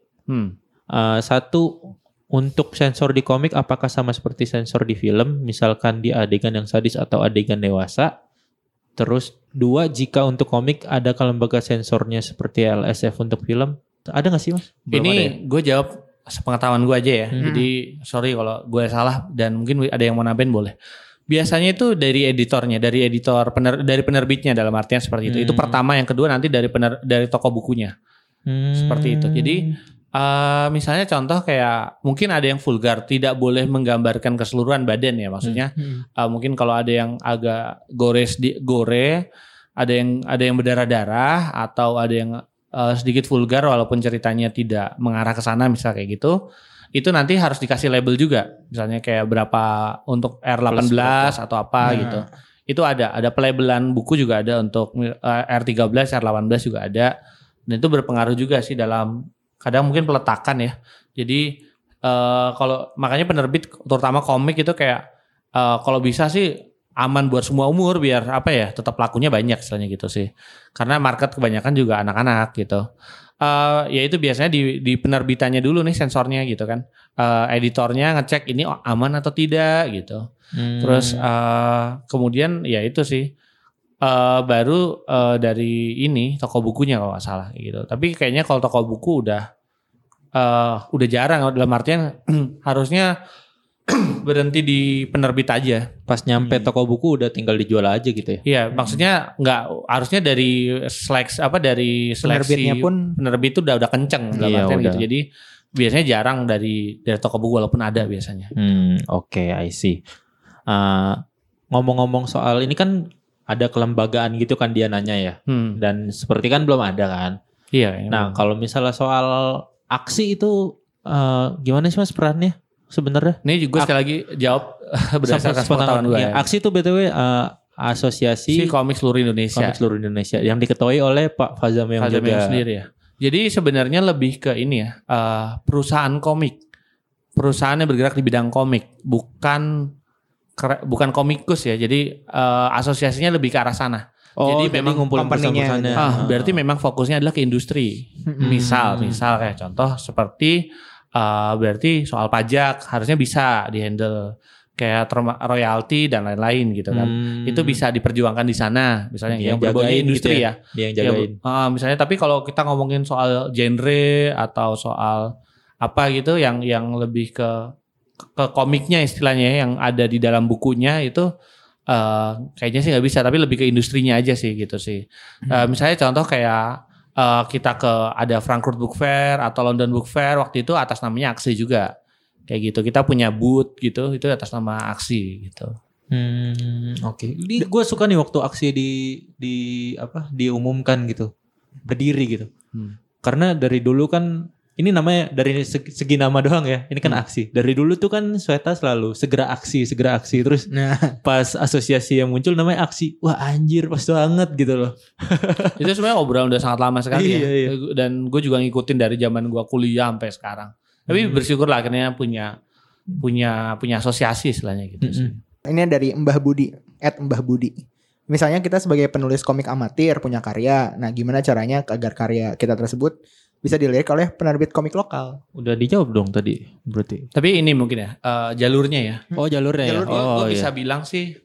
Satu, untuk sensor di komik apakah sama seperti sensor di film? Misalkan di adegan yang sadis atau adegan dewasa. Terus 2, jika untuk komik adakah lembaga sensornya seperti LSF untuk film? Ada nggak sih mas?
Ini gue jawab sepengetahuan gue aja ya. Jadi sorry kalau gue salah dan mungkin ada yang mau nambahin boleh. Biasanya itu dari editornya, dari penerbitnya, dalam artian seperti itu. Itu pertama, yang kedua nanti dari toko bukunya. Seperti itu. Jadi misalnya contoh kayak mungkin ada yang vulgar, tidak boleh menggambarkan keseluruhan badan ya, maksudnya. Mungkin kalau ada yang agak gore, ada yang berdarah-darah, atau ada yang sedikit vulgar walaupun ceritanya tidak mengarah ke sana, misal kayak gitu. Itu nanti harus dikasih label juga, misalnya kayak berapa untuk R18 atau apa gitu. Itu ada pelabelan buku juga ada untuk R13, R18 juga ada. Dan itu berpengaruh juga sih dalam kadang mungkin peletakan ya. Jadi kalau makanya penerbit terutama komik itu kayak kalau bisa sih aman buat semua umur, biar tetap lakunya banyak istilahnya gitu sih. Karena market kebanyakan juga anak-anak gitu. Ya itu biasanya di penerbitannya dulu nih sensornya gitu kan. Editornya ngecek ini aman atau tidak gitu. Terus kemudian ya itu sih baru dari ini toko bukunya kalau nggak salah gitu. Tapi kayaknya kalau toko buku udah jarang, dalam artian harusnya berhenti di penerbit aja.
Pas nyampe toko buku udah tinggal dijual aja gitu ya.
Iya, maksudnya nggak harusnya dari seleksi
penerbitnya pun
penerbit itu udah kenceng dalam artian gitu. Jadi biasanya jarang dari toko buku walaupun ada biasanya.
Oke, I see. Ngomong-ngomong soal ini kan ada kelembagaan gitu kan dia nanya ya. Dan seperti kan belum ada kan.
Iya.
Nah, kalau misalnya soal aksi itu gimana sih mas perannya? Sebenarnya
ini juga sekali lagi jawab berdasarkan pengetahuan gue.
Aksi itu BTW asosiasi
komik seluruh Indonesia
yang diketuai oleh Pak Fazam yang
sendiri ya. Jadi sebenarnya lebih ke ini ya, perusahaan yang bergerak di bidang komik, bukan komikus ya. Jadi asosiasinya lebih ke arah sana. Jadi memang
ngumpulin perusahaan-perusahaannya.
Berarti memang fokusnya adalah ke industri. Misal kayak contoh seperti berarti soal pajak harusnya bisa dihandle. kayak royalti dan lain-lain gitu kan. Itu bisa diperjuangkan di sana, misalnya yang berbau industri gitu ya.
Dia yang jagain.
Misalnya, tapi kalau kita ngomongin soal genre atau soal apa gitu yang lebih ke komiknya istilahnya yang ada di dalam bukunya itu kayaknya sih nggak bisa, tapi lebih ke industrinya aja sih gitu sih. Misalnya contoh kayak kita ada Frankfurt Book Fair atau London Book Fair, waktu itu atas namanya Aksi juga. Kayak gitu, kita punya booth gitu, itu atas nama Aksi gitu.
Oke. Ini gue suka nih waktu Aksi diumumkan gitu, berdiri gitu. Karena dari dulu kan ini namanya dari segi nama doang ya. Ini kan Aksi. Dari dulu tuh kan Sweta selalu segera aksi. Terus pas asosiasi yang muncul namanya Aksi. Wah anjir pas banget gitu loh.
Itu sebenarnya obrolan udah sangat lama sekali
iya.
Dan gue juga ngikutin dari zaman gue kuliah sampai sekarang. Tapi bersyukur lah akhirnya punya asosiasi istilahnya gitu sih.
Ini dari Mbah Budi, @Mbah Budi. Misalnya kita sebagai penulis komik amatir punya karya. Nah, gimana caranya agar karya kita tersebut bisa dilirik oleh penerbit komik lokal?
Udah dijawab dong tadi berarti.
Tapi ini mungkin ya jalurnya ya.
Oh jalurnya ya.
Gue bisa bilang sih.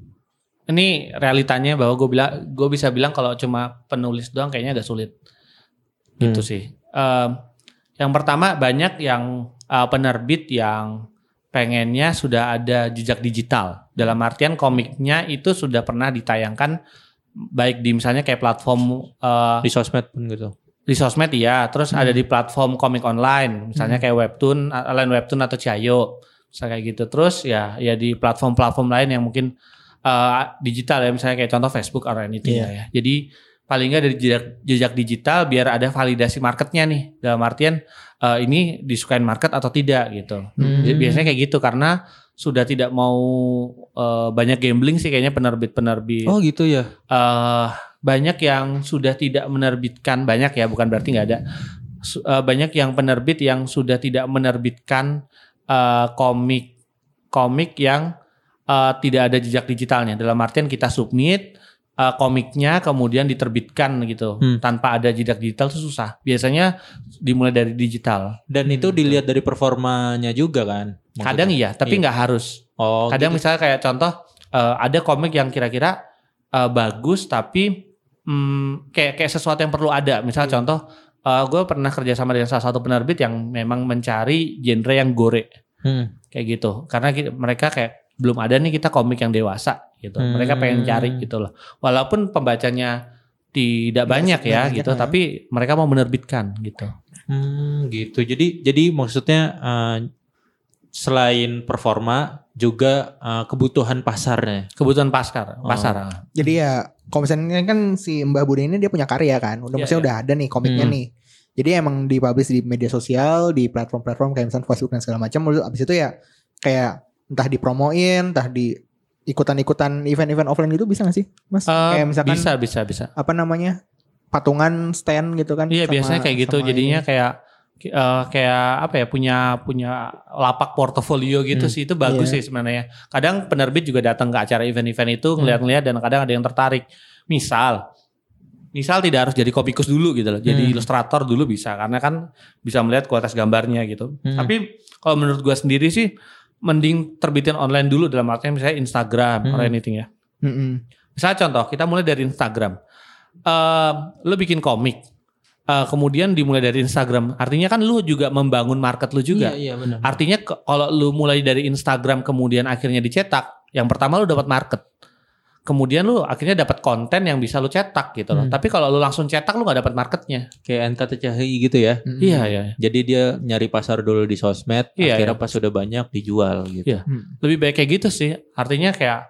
Ini realitanya bahwa gue bisa bilang kalau cuma penulis doang kayaknya agak sulit. Gitu sih. Yang pertama banyak yang penerbit yang pengennya sudah ada jejak digital. Dalam artian komiknya itu sudah pernah ditayangkan baik di misalnya kayak platform
di sosmed pun gitu.
Di sosmed ya, terus ada di platform komik online, misalnya kayak Webtoon, Line Webtoon atau Ciayo, misalnya kayak gitu. Terus ya di platform-platform lain yang mungkin digital ya, misalnya kayak contoh Facebook or anything ya. Jadi paling nggak dari jejak digital biar ada validasi marketnya nih, dalam artian ini disukain market atau tidak gitu. Biasanya kayak gitu karena sudah tidak mau banyak gambling sih kayaknya penerbit-penerbit.
Oh gitu ya.
Banyak yang sudah tidak menerbitkan, banyak ya bukan berarti nggak ada. Banyak yang penerbit yang sudah tidak menerbitkan komik yang tidak ada jejak digitalnya. Dalam artian kita submit komiknya kemudian diterbitkan gitu tanpa ada jejak digital itu susah. Biasanya dimulai dari digital.
Dan itu dilihat dari performanya juga kan? Maksudnya.
Kadang iya, tapi nggak harus. Kadang gitu. Misalnya kayak contoh ada komik yang kira-kira bagus tapi kayak sesuatu yang perlu ada. Misalnya contoh gue pernah kerja sama dengan salah satu penerbit yang memang mencari genre yang gore. Kayak gitu. Karena mereka kayak belum ada nih kita komik yang dewasa gitu. Mereka pengen cari gitu loh. Walaupun pembacanya tidak banyak ya gitu, tapi mereka mau menerbitkan gitu.
Gitu. Jadi maksudnya selain performa juga kebutuhan pasarnya.
Kebutuhan pasar.
Jadi ya kalau misalnya kan si Mbah Budi ini dia punya karya kan. Maksudnya udah ada nih komiknya nih. Jadi emang dipublish di media sosial, di platform-platform kayak misalnya Facebook dan segala macam. Abis itu ya kayak entah dipromoin, entah di ikutan event-event offline gitu bisa gak sih, Mas? Kayak misalkan
bisa.
Apa namanya? Patungan stand gitu kan?
Iya, biasanya kayak gitu. Jadinya kayak apa ya, punya lapak portofolio gitu sih. Itu bagus sih sebenarnya. Kadang penerbit juga datang ke acara event-event itu ngeliat-ngeliat dan kadang ada yang tertarik. Misal tidak harus jadi komikus dulu gitu loh. Jadi ilustrator dulu bisa karena kan bisa melihat kualitas gambarnya gitu. Tapi kalau menurut gue sendiri sih mending terbitin online dulu dalam artinya misalnya Instagram or anything ya. Misalnya contoh kita mulai dari Instagram. Lu bikin komik. Kemudian dimulai dari Instagram. Artinya kan lu juga membangun market lu juga.
Iya benar.
Artinya kalau lu mulai dari Instagram kemudian akhirnya dicetak, yang pertama lu dapat market. Kemudian lu akhirnya dapat konten yang bisa lu cetak gitu loh. Tapi kalau lu langsung cetak lu gak dapat marketnya.
Kayak NKTCHI gitu ya.
Iya.
Jadi dia nyari pasar dulu di sosmed. Akhirnya pas sudah banyak dijual gitu.
Iya. Lebih baik kayak gitu sih. Artinya kayak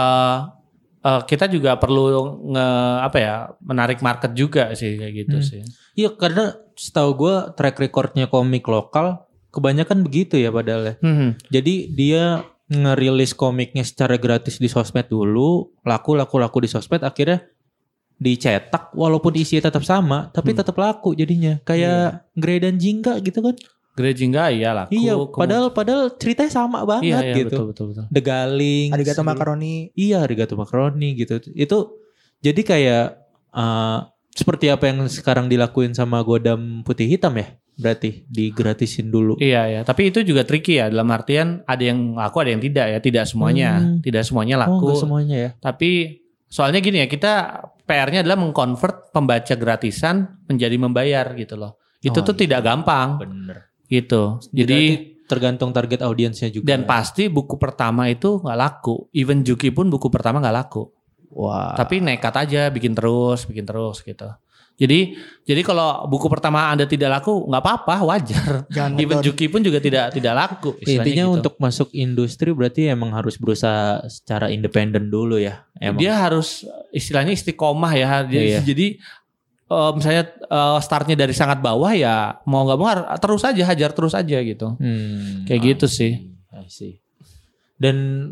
kita juga perlu menarik market juga sih kayak gitu sih.
Iya karena setahu gue track recordnya komik lokal kebanyakan begitu ya padahal ya. Jadi dia ngerilis komiknya secara gratis di sosmed dulu, laku di sosmed, akhirnya dicetak walaupun isinya tetap sama, tapi tetap laku jadinya. Kayak Grey dan Jingga gitu kan.
Grey Jingga iya laku.
Iya, padahal ceritanya sama banget gitu.
Betul.
The Galing,
Arigato Macaroni.
Iya, Arigato Macaroni gitu. Itu jadi kayak seperti apa yang sekarang dilakuin sama Godam Putih Hitam ya. berarti digratisin dulu.
Iya ya, tapi itu juga tricky ya, dalam artian ada yang laku ada yang tidak ya, tidak semuanya laku.
Enggak semuanya ya.
Tapi soalnya gini ya, kita PR-nya adalah mengkonvert pembaca gratisan menjadi membayar gitu loh. Itu tuh tidak gampang.
Bener.
Gitu. Jadi
tergantung target audiensnya juga.
dan pasti buku pertama itu nggak laku. Even Juki pun buku pertama nggak laku.
Wah.
Tapi nekat aja bikin terus gitu. Jadi kalau buku pertama Anda tidak laku nggak apa-apa, wajar. Even Juki pun juga tidak laku.
Intinya
gitu.
untuk masuk industri berarti emang harus berusaha secara independen dulu ya. Emang.
Dia harus istilahnya istiqomah ya. Jadi misalnya startnya dari sangat bawah ya mau nggak mau terus aja hajar terus aja gitu. Kayak gitu sih.
I see. Dan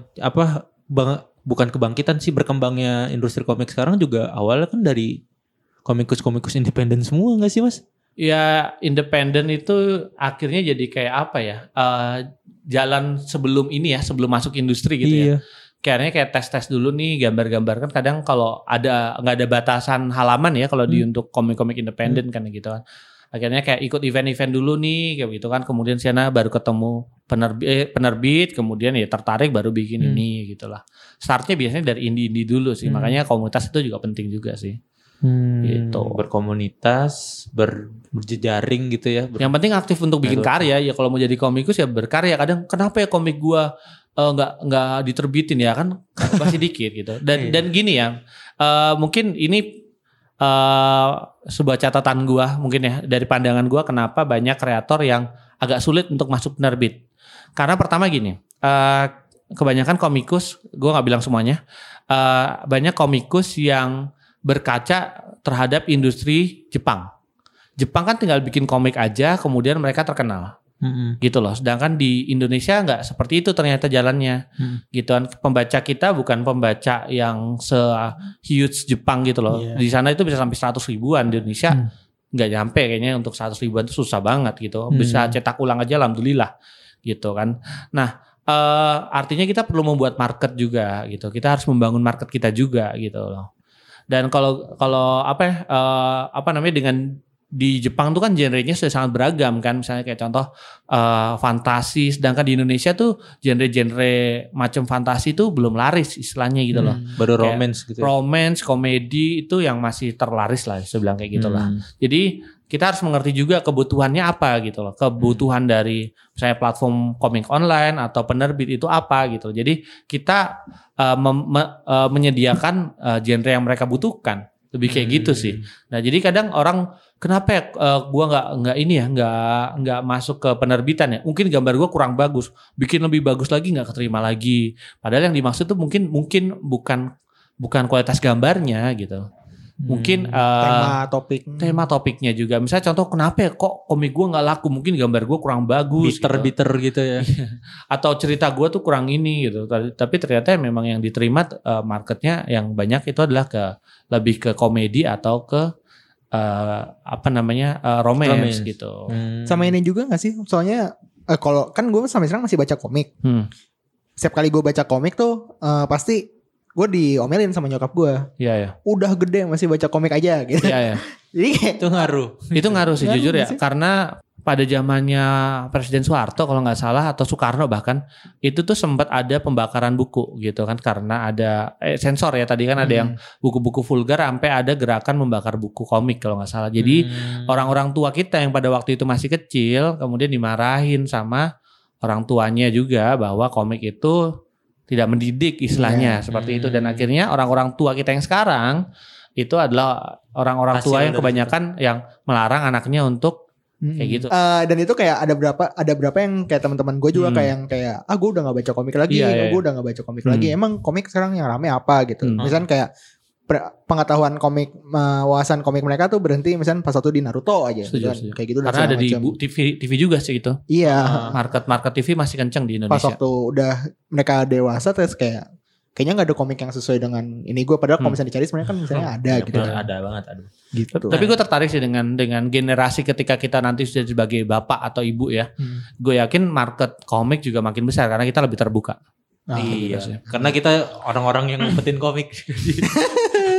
bukan kebangkitan sih, berkembangnya industri komik sekarang juga awalnya kan dari komikus independen semua nggak sih Mas?
Ya independen itu akhirnya jadi kayak apa ya? Jalan sebelum masuk industri gitu ya. Kayaknya kayak tes dulu nih, gambar-gambar kan kadang kalau nggak ada batasan halaman ya kalau di untuk komik-komik independen kan gitu kan. Akhirnya kayak ikut event-event dulu nih kayak gitu kan, kemudian sana baru ketemu penerbit, kemudian ya tertarik baru bikin ini gitulah. Startnya biasanya dari indie dulu sih, makanya komunitas itu juga penting juga sih. Gitu.
Berkomunitas, berjejaring gitu ya.
Yang penting aktif untuk bikin karya ya. Kalau mau jadi komikus ya berkarya. Kadang kenapa ya komik gua nggak diterbitin ya kan masih dikit gitu. Dan gini ya, mungkin ini sebuah catatan gua mungkin ya dari pandangan gua kenapa banyak kreator yang agak sulit untuk masuk penerbit. Karena pertama gini, kebanyakan komikus, gua nggak bilang semuanya, banyak komikus yang berkaca terhadap industri Jepang. Jepang kan tinggal bikin komik aja, kemudian mereka terkenal, gitu loh. Sedangkan di Indonesia nggak seperti itu ternyata jalannya, gitu kan. Pembaca kita bukan pembaca yang se-huge Jepang gitu loh. Di sana itu bisa sampai 100 ribuan, di Indonesia nggak nyampe kayaknya. Untuk 100 ribuan itu susah banget gitu. Bisa cetak ulang aja, alhamdulillah, gitu kan. Nah, artinya kita perlu membuat market juga, gitu. Kita harus membangun market kita juga, gitu loh. Dan kalau dengan di Jepang tuh kan genrenya sudah sangat beragam kan, misalnya kayak contoh fantasi, sedangkan di Indonesia tuh genre-genre macam fantasi tuh belum laris istilahnya gitu loh.
Baru romance gitu.
Romance, komedi itu yang masih terlaris lah, saya bilang kayak gitulah. Jadi kita harus mengerti juga kebutuhannya apa gitu loh. Kebutuhan dari misalnya platform komik online atau penerbit itu apa gitu. Jadi kita menyediakan genre yang mereka butuhkan. Lebih kayak gitu sih. Nah, jadi kadang orang kenapa ya gua nggak masuk ke penerbitan ya? Mungkin gambar gua kurang bagus, bikin lebih bagus lagi nggak keterima lagi. Padahal yang dimaksud tuh mungkin bukan kualitas gambarnya gitu. Mungkin tema topiknya juga. Misalnya contoh kenapa ya kok komik gue nggak laku? Mungkin gambar gue kurang bagus,
bitter gitu ya.
Atau cerita gue tuh kurang ini gitu. Tapi ternyata memang yang diterima marketnya yang banyak itu adalah lebih ke komedi atau ke romance gitu.
Sama ini juga nggak sih? Soalnya kalau kan gue sampai sekarang masih baca komik. Setiap kali gue baca komik tuh pasti gue diomelin sama nyokap gue.
Iya.
Udah gede masih baca komik aja gitu.
Iya.
Jadi kayak
itu ngaruh sih jujur ya. Karena pada zamannya Presiden Soeharto kalau nggak salah atau Soekarno bahkan itu tuh sempat ada pembakaran buku gitu kan, karena ada sensor ya tadi kan ada yang buku-buku vulgar sampai ada gerakan membakar buku komik kalau nggak salah. Jadi orang-orang tua kita yang pada waktu itu masih kecil kemudian dimarahin sama orang tuanya juga bahwa komik itu tidak mendidik istilahnya seperti itu, dan akhirnya orang-orang tua kita yang sekarang itu adalah orang-orang tua yang kebanyakan yang melarang anaknya untuk kayak gitu.
Dan itu kayak ada berapa yang kayak teman-teman gue juga kayak gue udah nggak baca komik lagi, gue udah nggak baca komik lagi. Emang komik sekarang yang rame apa gitu? Misalnya kayak pengetahuan komik, wawasan komik mereka tuh berhenti misalnya pas satu di Naruto aja.
Setuju.
Kayak gitu.
Karena ada di TV juga sih itu.
Iya.
Market TV masih kenceng di Indonesia.
Pas waktu udah mereka dewasa terus kayaknya nggak ada komik yang sesuai dengan ini gue. Padahal kalau misalnya dicari sebenarnya kan misalnya ada gitu.
Ada banget ada.
Gitu.
Tapi gue tertarik sih dengan generasi ketika kita nanti sudah sebagai bapak atau ibu ya. Gue yakin market komik juga makin besar karena kita lebih terbuka.
Iya. Karena kita orang-orang yang ngumpetin komik.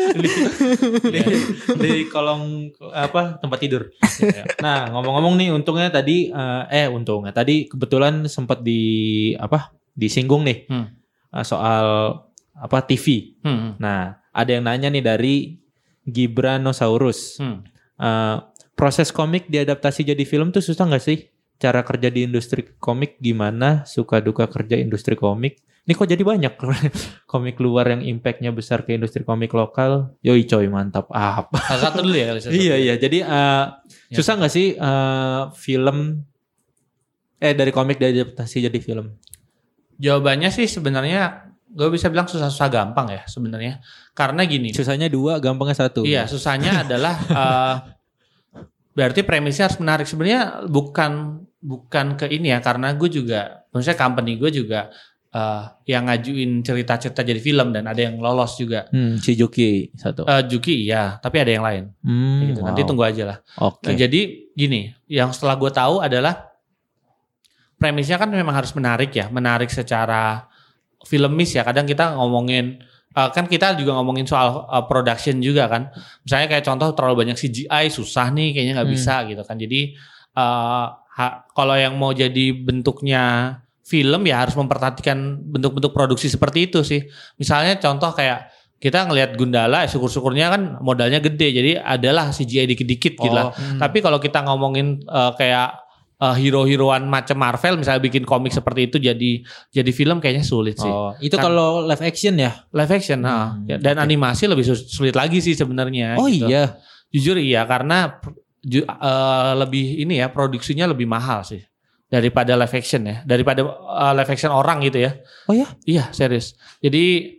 di kolong tempat tidur. Nah, ngomong-ngomong nih untungnya tadi kebetulan sempat disinggung nih soal TV. Nah, ada yang nanya nih dari Gibranosaurus. Proses komik diadaptasi jadi film tuh susah nggak sih? Cara kerja di industri komik gimana? Suka duka kerja industri komik? Ini kok jadi banyak komik luar yang impactnya besar ke industri komik lokal? Yoi coy, mantap.
Salah satu dulu ya.
Iya. Jadi susah nggak sih film dari komik diadaptasi jadi film?
Jawabannya sih sebenarnya gue bisa bilang susah-susah gampang ya sebenarnya. Karena gini.
Susahnya 2, gampangnya 1.
Iya, susahnya adalah berarti premisnya harus menarik. Sebenarnya bukan ke ini ya, karena gue juga, maksudnya company gue juga yang ngajuin cerita-cerita jadi film dan ada yang lolos juga.
Si Juki satu.
Juki iya, tapi ada yang lain. Gitu. Nanti tunggu aja lah.
Oke.
Nah, jadi gini, yang setelah gue tahu adalah premisnya kan memang harus menarik ya, menarik secara filmis ya. Kadang kita ngomongin kan kita juga ngomongin soal production juga kan. Misalnya kayak contoh terlalu banyak CGI susah nih kayaknya nggak bisa gitu kan. Jadi kalau yang mau jadi bentuknya film ya harus memperhatikan bentuk-bentuk produksi seperti itu sih. Misalnya contoh kayak kita ngelihat Gundala syukur-syukurnya kan modalnya gede jadi adalah CGI dikit-dikit gitu lah. Tapi kalau kita ngomongin kayak hero-heroan macam Marvel misalnya bikin komik seperti itu jadi film kayaknya sulit sih.
Itu kan, kalau live action ya?
Live action, dan animasi lebih sulit lagi sih sebenarnya. Gitu.
Iya.
Jujur iya karena lebih ini ya produksinya lebih mahal sih daripada live action ya, daripada live action orang gitu ya.
Oh ya?
Iya serius. Jadi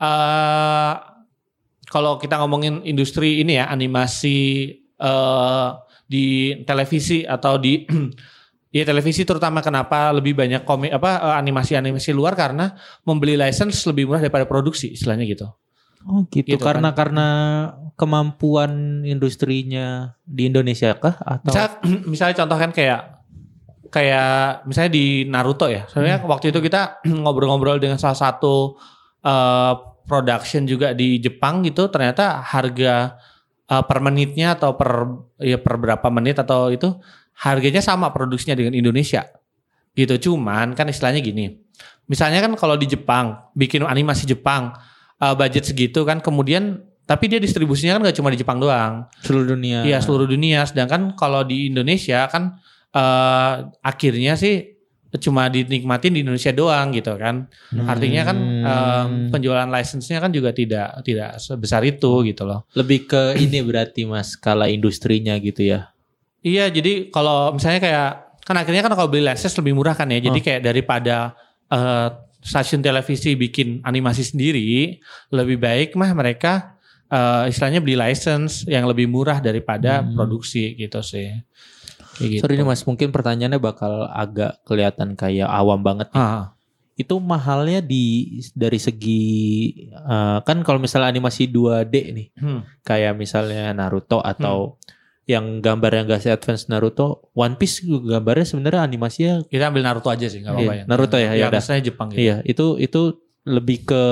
kalau kita ngomongin industri ini ya animasi di televisi atau di ya televisi terutama kenapa lebih banyak animasi luar karena membeli license lebih murah daripada produksi istilahnya gitu.
Oh gitu karena kemampuan industrinya di Indonesia kah atau
misalnya contoh kan kayak misalnya di Naruto ya. Sebenarnya waktu itu kita ngobrol-ngobrol dengan salah satu production juga di Jepang gitu ternyata harga per menitnya atau per berapa menit atau itu harganya sama produksinya dengan Indonesia gitu. Cuman kan istilahnya gini, misalnya kan kalau di Jepang bikin animasi Jepang budget segitu kan kemudian tapi dia distribusinya kan gak cuma di Jepang doang,
seluruh dunia.
Iya seluruh dunia. Sedangkan kalau di Indonesia kan akhirnya sih cuma dinikmatin di Indonesia doang gitu kan. Artinya kan penjualan license-nya kan juga tidak sebesar itu gitu loh.
Lebih ke ini berarti Mas skala industrinya gitu ya.
Iya, jadi kalau misalnya kayak kan akhirnya kan kalau beli license lebih murah kan ya. Jadi kayak daripada stasiun televisi bikin animasi sendiri, lebih baik mereka istilahnya beli license yang lebih murah daripada produksi gitu sih. Gitu.
Sorry nih Mas, mungkin pertanyaannya bakal agak kelihatan kayak awam banget nih. Itu mahalnya dari segi kan kalau misalnya animasi 2D nih, kayak misalnya Naruto atau yang gambar yang gak se-advance Naruto, One Piece juga gambarnya sebenarnya animasinya.
Kita ambil Naruto aja sih, nggak apa-apa ya.
Naruto ya, ya
misalnya Jepang gitu.
Iya, itu lebih ke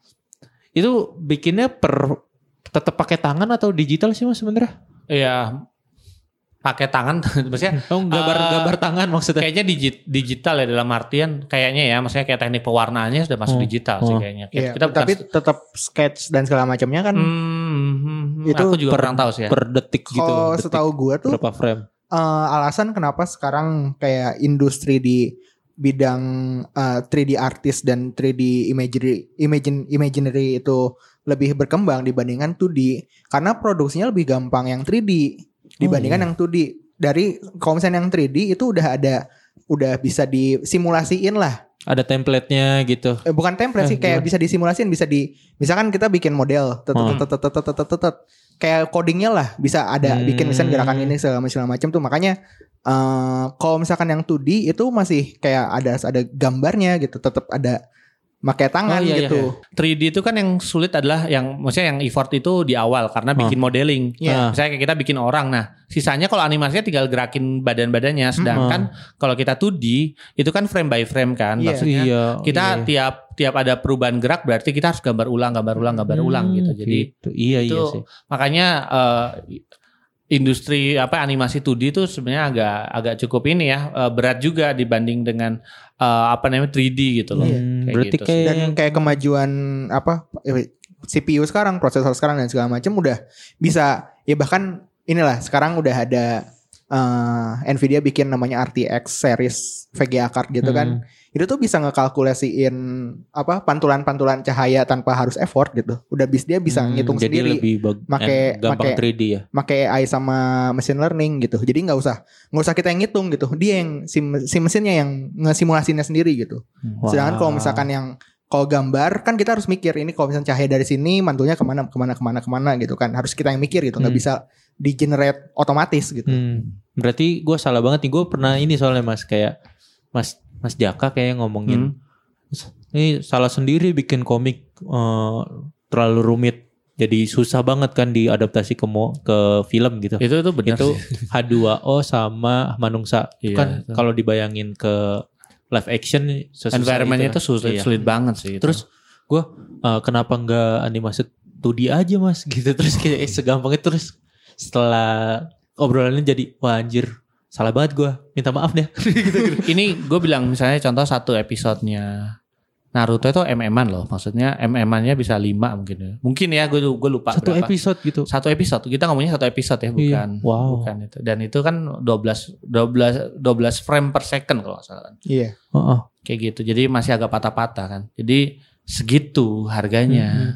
itu bikinnya tetap pakai tangan atau digital sih Mas sebenarnya?
Iya. Pakai tangan maksudnya
gambar tangan maksudnya.
Kayaknya digital ya dalam artian kayaknya ya maksudnya kayak teknik pewarnaannya sudah masuk digital sih kayaknya.
Iya, tapi tetap sketch dan segala macamnya kan
itu aku juga kurang tahu sih ya.
Per detik gitu.
Kalau setahu gue tuh
berapa frame?
Alasan kenapa sekarang kayak industri di bidang 3D artist dan 3D imaginary itu lebih berkembang dibandingkan 2D karena produksinya lebih gampang yang 3D dibandingkan yang 2D. Dari kalau misalnya yang 3D itu udah bisa disimulasiin lah.
Ada template-nya gitu.
Bukan template sih, kayak bisa disimulasiin, misalkan kita bikin model, kayak codingnya lah, bisa ada bikin misalnya gerakan ini segala macam tuh. Makanya kalau misalkan yang 2D itu masih kayak ada gambarnya gitu, tetap ada pakai tangan gitu.
3D itu kan yang sulit adalah maksudnya yang effort itu di awal karena bikin modeling. Misalnya kayak kita bikin orang, nah sisanya kalau animasinya tinggal gerakin badan-badannya. Sedangkan kalau kita 2D itu kan frame by frame kan, maksudnya kita tiap ada perubahan gerak berarti kita harus gambar ulang gitu. Jadi
gitu. Iya sih.
Makanya industri animasi 2D itu sebenarnya agak cukup ini ya, berat juga dibanding dengan 3D gitu loh. Kayak
Berarti
gitu
kayak
Dan kayak kemajuan CPU sekarang, prosesor sekarang dan segala macam udah bisa ya, bahkan inilah sekarang udah ada Nvidia bikin namanya RTX series VGA card gitu kan. Itu tuh bisa ngekalkulasiin pantulan-pantulan cahaya tanpa harus effort gitu. Udah dia bisa ngitung
jadi
sendiri.
lebih gampang 3D ya.
Pakai AI sama machine learning gitu. Jadi nggak usah kita yang ngitung gitu. Dia yang si mesinnya yang ngesimulasinya sendiri gitu. Sedangkan kalau misalkan kalau gambar kan kita harus mikir ini kalau misalnya cahaya dari sini mantulnya kemana gitu kan. Harus kita yang mikir gitu. Nggak bisa di generate otomatis gitu.
Berarti gue salah banget nih. Gue pernah ini soalnya Mas, kayak Mas Jaka kayak ngomongin ini salah sendiri bikin komik terlalu rumit, jadi susah banget kan diadaptasi ke film gitu.
Itu benar.
Itu H2O sama Manungsa kan kalau dibayangin ke live action
environment-nya itu sulit banget sih.
Terus gue kenapa nggak animasi 2D aja Mas gitu, terus kayak segampang itu. Terus setelah obrolannya jadi wah anjir, salah banget gue, minta maaf deh.
Ini gue bilang misalnya contoh satu episodenya Naruto itu MM-an loh. Maksudnya MM-annya bisa 5 mungkin ya. Mungkin ya gue lupa
satu
berapa.
Episode gitu.
Satu episode. Kita ngomongnya satu episode ya, bukan. Bukan itu. Dan itu kan 12 frame per second kalau nggak salah.
Iya.
Kayak gitu. Jadi masih agak patah-patah kan. Jadi segitu harganya.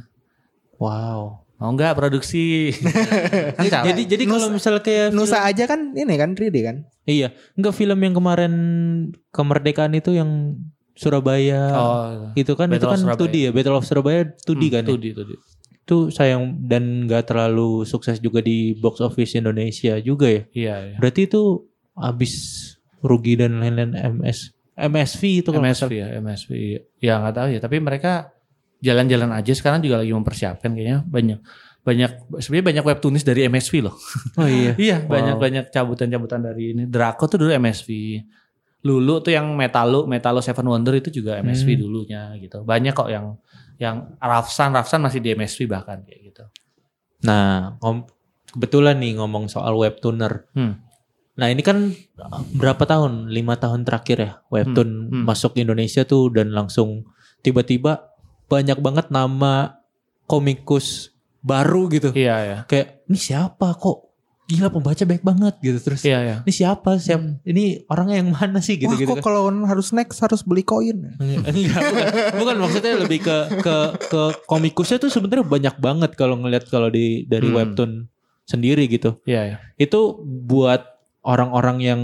Wow.
Mau nggak produksi? Kan
jadi kalau misalnya kayak
Nusa aja kan ini kan 3D kan?
Iya, enggak film yang kemarin kemerdekaan itu yang Surabaya. Itu kan
Battle
itu kan 2D ya, Battle of Surabaya 2D kan.
2D.
Itu sayang dan enggak terlalu sukses juga di box office Indonesia juga ya.
Iya.
Berarti itu habis rugi dan lain-lain MSV itu kalau
MSV. Ya nggak tahu ya, tapi mereka jalan-jalan aja sekarang juga lagi mempersiapkan kayaknya sebenarnya banyak webtoonis dari MSV loh.
Oh iya.
Iya, banyak cabutan-cabutan dari ini. Draco tuh dulu MSV. Lulu tuh yang Metalo Seven Wonder itu juga MSV dulunya gitu. Banyak kok yang Rafsan masih di MSV bahkan kayak gitu.
Nah, kebetulan nih ngomong soal webtooner. Nah, ini kan berapa tahun? 5 tahun terakhir ya webtoon masuk Indonesia tuh, dan langsung tiba-tiba banyak banget nama komikus baru gitu.
Iya.
Kayak ini siapa kok? Gila pembaca baik banget gitu. Terus ini siapa? Ini orangnya yang mana sih gitu.
Wah, kok
kan.
kalau harus next harus beli koin?
Enggak, bukan maksudnya lebih ke komikusnya tuh sebenarnya banyak banget kalau ngelihat dari webtoon sendiri gitu.
Iya.
Itu buat orang-orang yang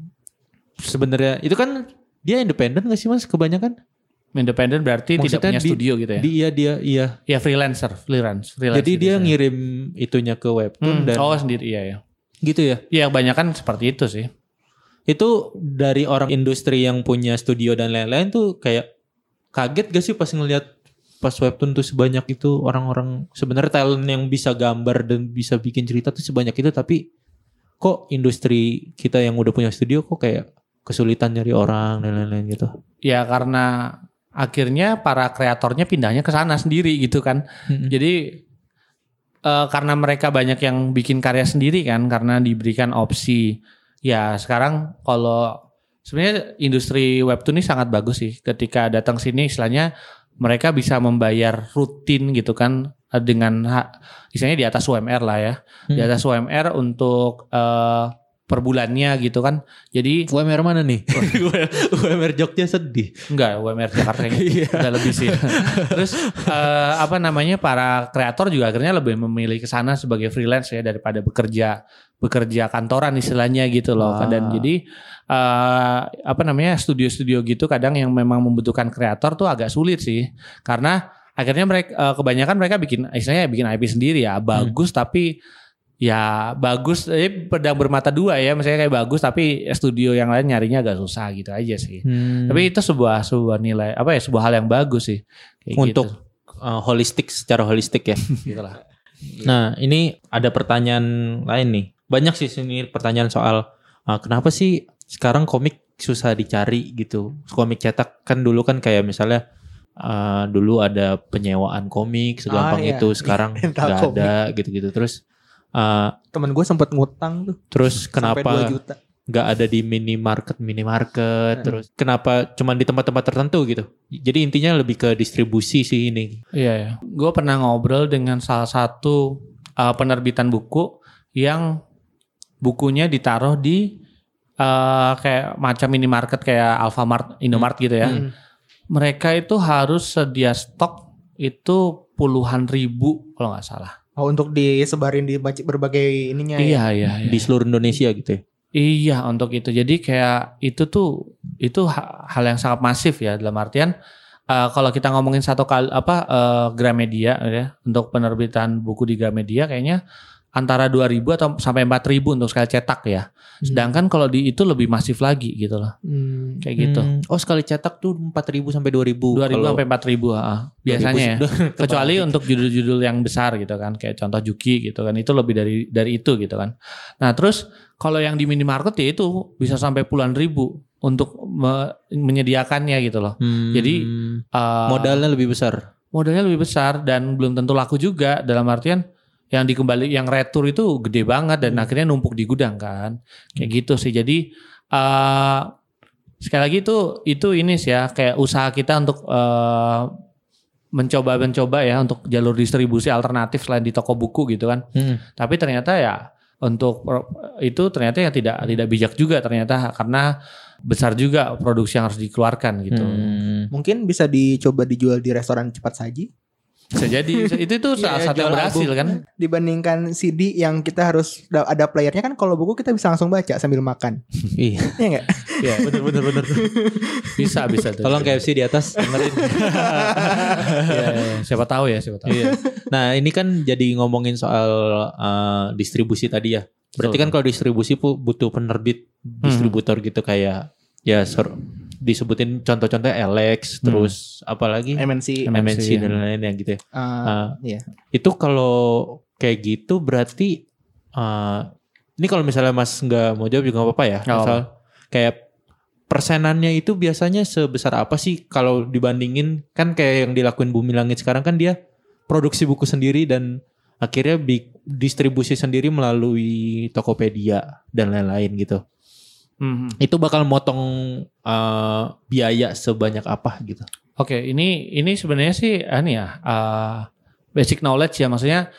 sebenarnya itu kan dia independen gak sih Mas kebanyakan?
Independen berarti maksudnya tidak punya studio gitu ya?
Dia
ya freelance.
Jadi dia ngirim itunya ke webtoon dan
sendiri ya.
Gitu ya?
Iya, kebanyakan seperti itu sih.
Itu dari orang industri yang punya studio dan lain-lain tuh kayak kaget gak sih pas ngelihat pas webtoon tuh sebanyak itu orang-orang sebenarnya talent yang bisa gambar dan bisa bikin cerita tuh sebanyak itu, tapi kok industri kita yang udah punya studio kok kayak kesulitan nyari orang dan lain-lain gitu? Ya
karena akhirnya para kreatornya pindahnya ke sana sendiri gitu kan. Jadi karena mereka banyak yang bikin karya sendiri kan, karena diberikan opsi. Ya sekarang kalau sebenarnya industri webtoon ini sangat bagus sih. Ketika datang sini istilahnya mereka bisa membayar rutin gitu kan, dengan istilahnya di atas UMR lah ya. Di atas UMR untuk per bulannya gitu kan. Jadi
UMR mana nih? UMR Jogja sedih.
Enggak, UMR Jakarta kayaknya udah lebih sih. Terus para kreator juga akhirnya lebih memilih ke sana sebagai freelance ya daripada bekerja kantoran istilahnya gitu loh. Dan jadi studio-studio gitu kadang yang memang membutuhkan kreator tuh agak sulit sih. Karena akhirnya kebanyakan mereka bikin IP sendiri ya, bagus tapi ya bagus, pedang bermata dua ya, misalnya kayak bagus tapi studio yang lain nyarinya agak susah gitu aja sih. Tapi itu sebuah nilai sebuah hal yang bagus sih kayak
untuk
gitu.
Secara holistik ya.
Gitulah.
Nah, ini ada pertanyaan lain nih. Banyak sih sini pertanyaan soal kenapa sih sekarang komik susah dicari gitu. Komik cetak kan dulu kan kayak misalnya dulu ada penyewaan komik segampang itu, sekarang nggak ada gitu-gitu. Terus
temen gue sempet ngutang tuh.
Terus kenapa
2 juta.
nggak ada di minimarket, terus kenapa cuma di tempat-tempat tertentu gitu. Jadi intinya lebih ke distribusi sih ini.
Iya ya. Gue pernah ngobrol dengan salah satu penerbitan buku yang bukunya ditaruh di kayak macam minimarket kayak Alfamart, Indomart gitu ya. Mereka itu harus sedia stok itu puluhan ribu kalau nggak salah.
Oh, untuk disebarin di berbagai ininya.
Iya.
Di seluruh Indonesia gitu ya.
Iya, untuk itu. Jadi kayak itu hal yang sangat masif ya, dalam artian kalau kita ngomongin satu kali Gramedia ya, untuk penerbitan buku di Gramedia kayaknya antara 2.000 atau sampai 4.000 untuk sekali cetak ya. Sedangkan kalau di itu lebih masif lagi gitu loh. Kayak gitu.
Oh, sekali cetak tuh 4.000 sampai 2.000.
2.000 sampai 4.000 biasanya ya. Kecuali untuk judul-judul yang besar gitu kan, kayak contoh Juki gitu kan, itu lebih dari itu gitu kan. Nah, terus kalau yang di minimarket ya itu bisa sampai puluhan ribu untuk menyediakannya gitu loh. Jadi
modalnya lebih besar.
Modalnya lebih besar dan belum tentu laku juga, dalam artian yang retur itu gede banget dan akhirnya numpuk di gudang kan. Kayak gitu sih. Jadi sekali lagi itu ini sih ya, kayak usaha kita untuk mencoba ya untuk jalur distribusi alternatif selain di toko buku gitu kan. Tapi ternyata ya untuk itu ternyata yang tidak bijak juga ternyata, karena besar juga produksi yang harus dikeluarkan gitu.
Mungkin bisa dicoba dijual di restoran cepat saji.
Bisa jadi itu salah satu yang berhasil kan.
Dibandingkan CD yang kita harus ada playernya kan, kalau buku kita bisa langsung baca sambil makan.
Iya.
Iya enggak?
Iya, benar. Bisa tuh.
Tolong KFC di atas dengerin.
Iya, siapa tahu.
Iya. Nah, ini kan jadi ngomongin soal distribusi tadi ya. Berarti kan kalau distribusi butuh penerbit distributor gitu, kayak ya disebutin contoh-contohnya Alex, terus apalagi MNC dan lain-lain gitu ya.
Iya.
Itu kalau kayak gitu berarti ini kalau misalnya Mas nggak mau jawab juga nggak apa-apa ya. Misal kayak persenannya itu biasanya sebesar apa sih kalau dibandingin kan kayak yang dilakuin Bumi Langit sekarang kan dia produksi buku sendiri dan akhirnya distribusi sendiri melalui Tokopedia dan lain-lain gitu. Itu bakal motong biaya sebanyak apa gitu?
Oke, ini sebenarnya sih basic knowledge ya, maksudnya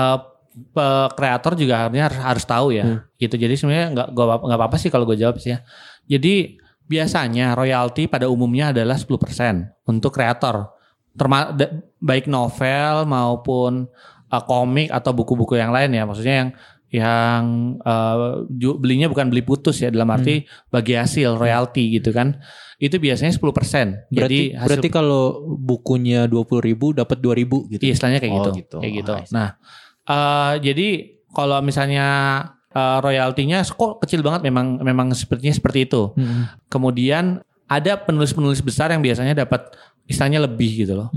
kreator juga harus tahu ya, gitu. Jadi sebenarnya nggak apa-apa sih kalau gue jawab sih ya. Jadi biasanya royalti pada umumnya adalah 10% untuk kreator, baik novel maupun komik atau buku-buku yang lain ya, maksudnya yang belinya bukan beli putus ya, dalam arti bagi hasil royalti gitu kan, itu biasanya 10%. Berarti kalau bukunya 20.000 dapat 2.000 gitu. Iya, istilahnya kayak gitu. Kayak gitu. Nah, jadi kalau misalnya royaltinya kok kecil banget, memang sepertinya seperti itu. Kemudian ada penulis-penulis besar yang biasanya dapat istilahnya lebih gitu loh.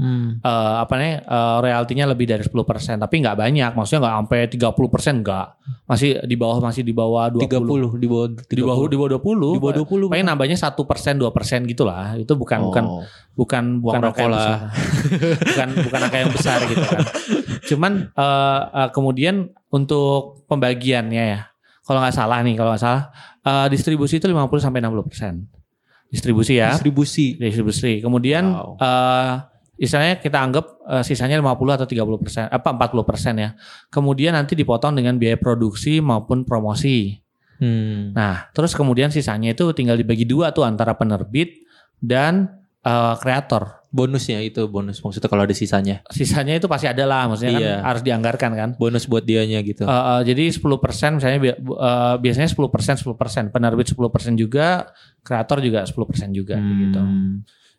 Royaltinya lebih dari 10%, tapi nggak banyak, maksudnya nggak sampai 30%, nggak. Masih di bawah 20. Di bawah 20. Paling nambahnya 1%, 2% gitulah. Itu bukan angka yang besar. bukan angka yang besar gitu kan. Cuman kemudian untuk pembagiannya ya, kalau nggak salah distribusi itu 50-60%. Distribusi ya. Distribusi. Kemudian istilahnya kita anggap sisanya 50 atau 30%, 40% ya. Kemudian nanti dipotong dengan biaya produksi maupun promosi. Nah, terus kemudian sisanya itu tinggal dibagi dua tuh antara penerbit dan kreator.
Bonusnya itu maksudnya kalau ada sisanya.
Sisanya itu pasti ada lah, maksudnya kan harus dianggarkan kan.
Bonus buat dianya gitu.
Jadi 10% misalnya biasanya 10%, penerbit 10% juga, kreator juga 10% juga gitu.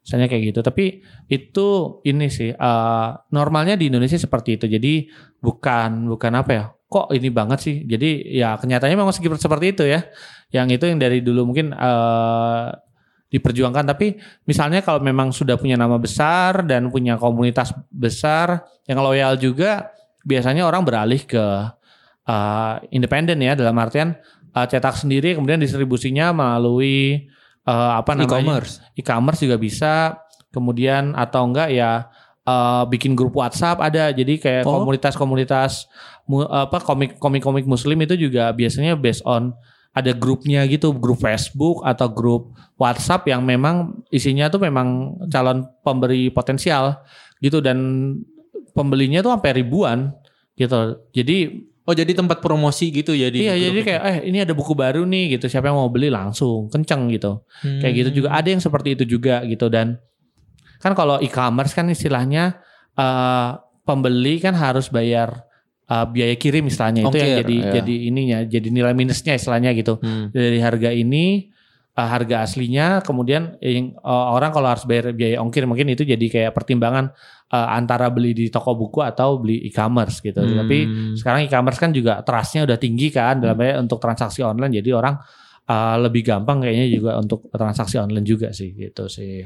Misalnya kayak gitu. Tapi itu ini sih normalnya di Indonesia seperti itu. Jadi bukan apa ya? Kok ini banget sih? Jadi ya kenyataannya memang seperti itu ya. Yang itu yang dari dulu mungkin diperjuangkan. Tapi misalnya kalau memang sudah punya nama besar dan punya komunitas besar yang loyal juga, biasanya orang beralih ke independen ya, dalam artian cetak sendiri kemudian distribusinya melalui e-commerce juga bisa, kemudian atau enggak ya bikin grup WhatsApp ada, jadi kayak komunitas-komunitas komik-komik muslim itu juga biasanya based on ada grupnya gitu, grup Facebook atau grup WhatsApp yang memang isinya tuh memang calon pemberi potensial gitu, dan pembelinya tuh sampai ribuan gitu. Jadi tempat promosi gitu ya di. Iya, jadi kayak ini ada buku baru nih gitu, siapa yang mau beli langsung kenceng gitu. Kayak gitu juga ada yang seperti itu juga gitu. Dan kan kalau e-commerce kan istilahnya pembeli kan harus bayar biaya kirim istilahnya, itu yang jadi ininya, jadi nilai minusnya istilahnya gitu. Dari harga ini harga aslinya, kemudian orang kalau harus bayar biaya ongkir, mungkin itu jadi kayak pertimbangan antara beli di toko buku atau beli e-commerce gitu. Tapi sekarang e-commerce kan juga trustnya udah tinggi kan dalam untuk transaksi online, jadi orang lebih gampang kayaknya juga untuk transaksi online juga sih gitu sih.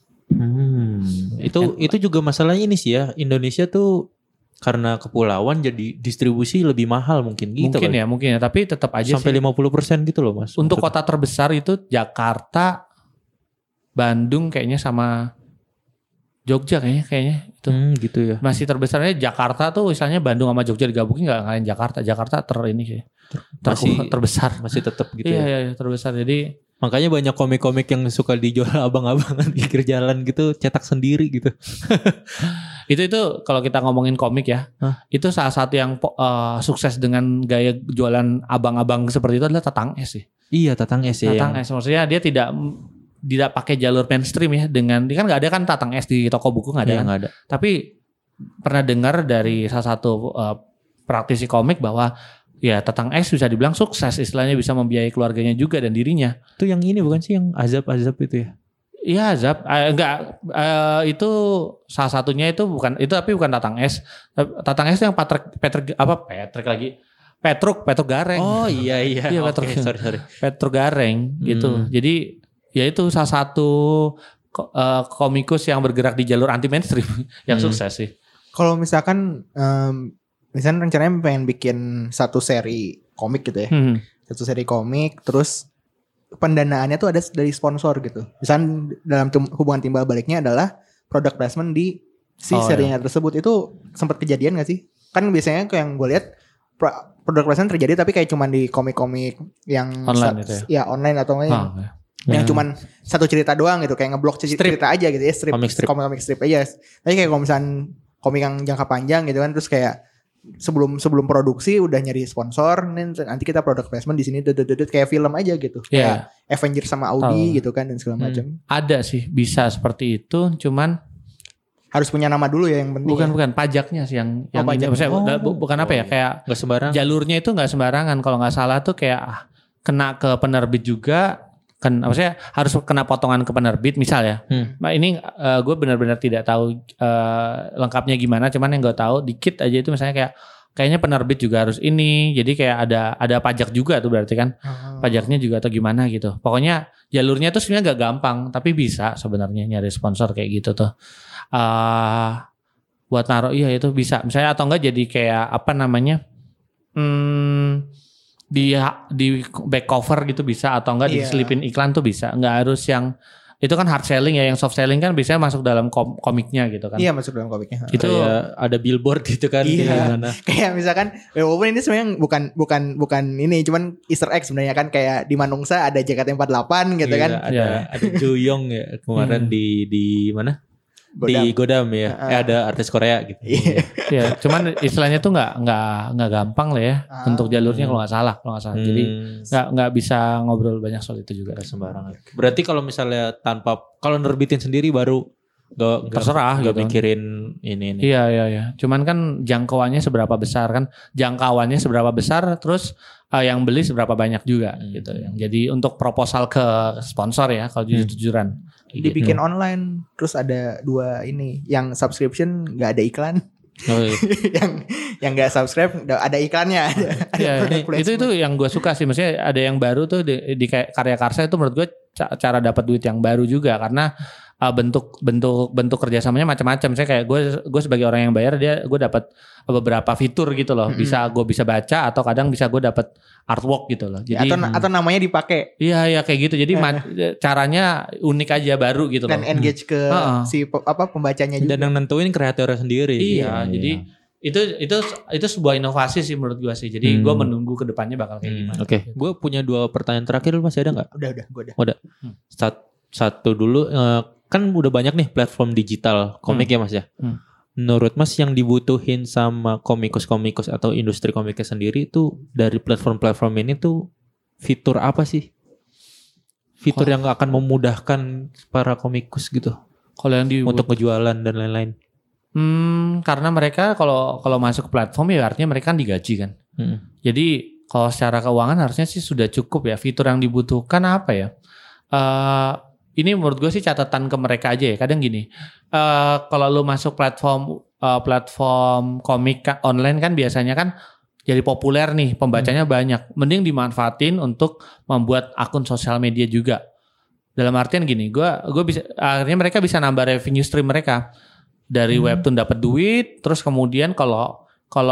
Itu juga masalahnya ini sih ya, Indonesia tuh karena kepulauan jadi distribusi lebih mahal mungkin gitu.
Mungkin ya, tapi tetap aja
sampai 50% gitu loh Mas.
Untuk kota terbesar itu Jakarta, Bandung kayaknya sama Jogja kayaknya itu.
Gitu ya.
Masih terbesarnya Jakarta tuh, misalnya Bandung sama Jogja digabungin nggak ngalahin Jakarta. Jakarta terbesar. Masih tetap gitu ya. Iya, terbesar. Jadi
makanya banyak komik-komik yang suka dijual abang-abangan di pinggir jalan gitu, cetak sendiri gitu.
Itu kalau kita ngomongin komik ya, itu salah satu yang sukses dengan gaya jualan abang-abang seperti itu adalah Tatang S sih.
Iya, Tatang S ya.
Tatang S maksudnya dia tidak pakai jalur mainstream ya, dengan dia kan nggak ada kan Tatang S di toko buku nggak ada.
Iya, nggak ada.
Tapi pernah dengar dari salah satu praktisi komik bahwa ya Tatang S bisa dibilang sukses, istilahnya bisa membiayai keluarganya juga dan dirinya.
Itu yang ini bukan sih yang azab-azab itu ya?
Iya, azab. Enggak, itu salah satunya itu tapi bukan Tatang S. Tatang S yang Petruk Gareng.
Oh iya.
Sorry. Petruk Gareng gitu. Jadi ya itu salah satu komikus yang bergerak di jalur anti mainstream yang sukses sih.
Kalau misalkan misalnya rencananya pengen bikin satu seri komik gitu ya. Satu seri komik, terus pendanaannya tuh ada dari sponsor gitu. Misalnya dalam hubungan timbal baliknya adalah product placement di serinya tersebut. Itu sempat kejadian gak sih? Kan biasanya kayak yang gue lihat product placement terjadi tapi kayak cuman di komik-komik yang
online itu ya?
Ya online atau yang cuman satu cerita doang gitu, kayak ngeblok cerita aja gitu ya, komik strip aja. Tapi kayak kalau misalnya komik yang jangka panjang gitu kan, terus kayak sebelum produksi udah nyari sponsor, nanti kita product placement di sini kayak film aja gitu. Kayak Avengers sama Audi gitu kan dan segala macam.
Ada sih bisa seperti itu, cuman
harus punya nama dulu ya yang penting.
Bukan pajaknya sih yang bukan apa ya, kayak
nggak sembarangan.
Jalurnya itu nggak sembarangan, kalau nggak salah tuh kayak kena ke penerbit juga. Kan maksudnya harus kena potongan ke penerbit misal ya. Nah ini gue benar-benar tidak tahu lengkapnya gimana, cuman yang gue tahu dikit aja itu misalnya kayaknya penerbit juga harus ini, jadi kayak ada pajak juga tuh berarti kan. Pajaknya juga atau gimana gitu. Pokoknya jalurnya tuh sebenarnya gak gampang, tapi bisa sebenarnya nyari sponsor kayak gitu tuh. Buat naruh itu bisa misalnya, atau enggak jadi kayak apa namanya, di back cover gitu bisa, atau enggak diselipin iklan tuh bisa. Enggak harus yang itu kan hard selling ya, yang soft selling kan biasanya masuk dalam komiknya gitu kan.
Iya, masuk dalam komiknya.
Itu ada billboard gitu kan.
Iya. Kayak misalkan walaupun ini sebenarnya bukan ini, cuman Easter egg sebenarnya kan, kayak di Manungsa ada JKT48 gitu kan.
Ada Juyong ya kemarin di mana? Di Godam ya. Ada artis Korea gitu.
Iya, cuman istilahnya tuh nggak gampang lah ya untuk jalurnya kalau nggak salah. Jadi nggak bisa ngobrol banyak soal itu juga.
Sembarangan. Berarti kalau misalnya kalau nerbitin sendiri baru
terserah
nggak
gitu.
Mikirin ini.
Iya. Cuman kan jangkauannya seberapa besar kan? Jangkauannya seberapa besar, terus yang beli seberapa banyak juga gitu. Jadi untuk proposal ke sponsor ya, kalau jujur-jujuran.
dibikin online, terus ada 2 ini, yang subscription nggak ada iklan.
Oh, iya.
yang nggak subscribe ada iklannya, ada
Ya,
product
itu yang gue suka sih, maksudnya ada yang baru tuh di Karya Karsa itu menurut gue cara dapat duit yang baru juga, karena bentuk kerjasamanya macam-macam. Saya kayak gue sebagai orang yang bayar, gue dapat beberapa fitur gitu loh, gue bisa baca, atau kadang bisa gue dapat artwork gitu loh. Jadi
atau namanya dipakai.
Iya kayak gitu. Jadi caranya unik aja, baru gitu
Dan
loh.
engage ke si pembacanya juga.
Dan yang nentuin kreatornya sendiri.
Iya, jadi itu sebuah inovasi sih menurut gue sih. Jadi gue menunggu ke depannya bakal kayak gimana.
Oke, gue punya 2 pertanyaan terakhir, lu masih ada nggak?
Udah, gue udah.
Udah. Satu dulu, kan udah banyak nih platform digital komik ya Mas ya. Menurut Mas yang dibutuhin sama komikus-komikus atau industri komiknya sendiri itu dari platform-platform ini tuh fitur apa sih? Fitur yang akan memudahkan para komikus gitu.
Kalau yang
untuk ngejualan dan lain-lain.
Karena mereka kalau masuk ke platform ya artinya mereka kan digaji kan. Jadi kalau secara keuangan harusnya sih sudah cukup ya. Fitur yang dibutuhkan apa ya? Ini menurut gue sih catatan ke mereka aja ya. Kadang gini, kalau lu masuk platform komik online kan biasanya kan jadi populer nih, pembacanya banyak. Mending dimanfaatin untuk membuat akun sosial media juga. Dalam artian gini, gue bisa, akhirnya mereka bisa nambah revenue stream mereka dari webtoon dapat duit. Terus kemudian kalau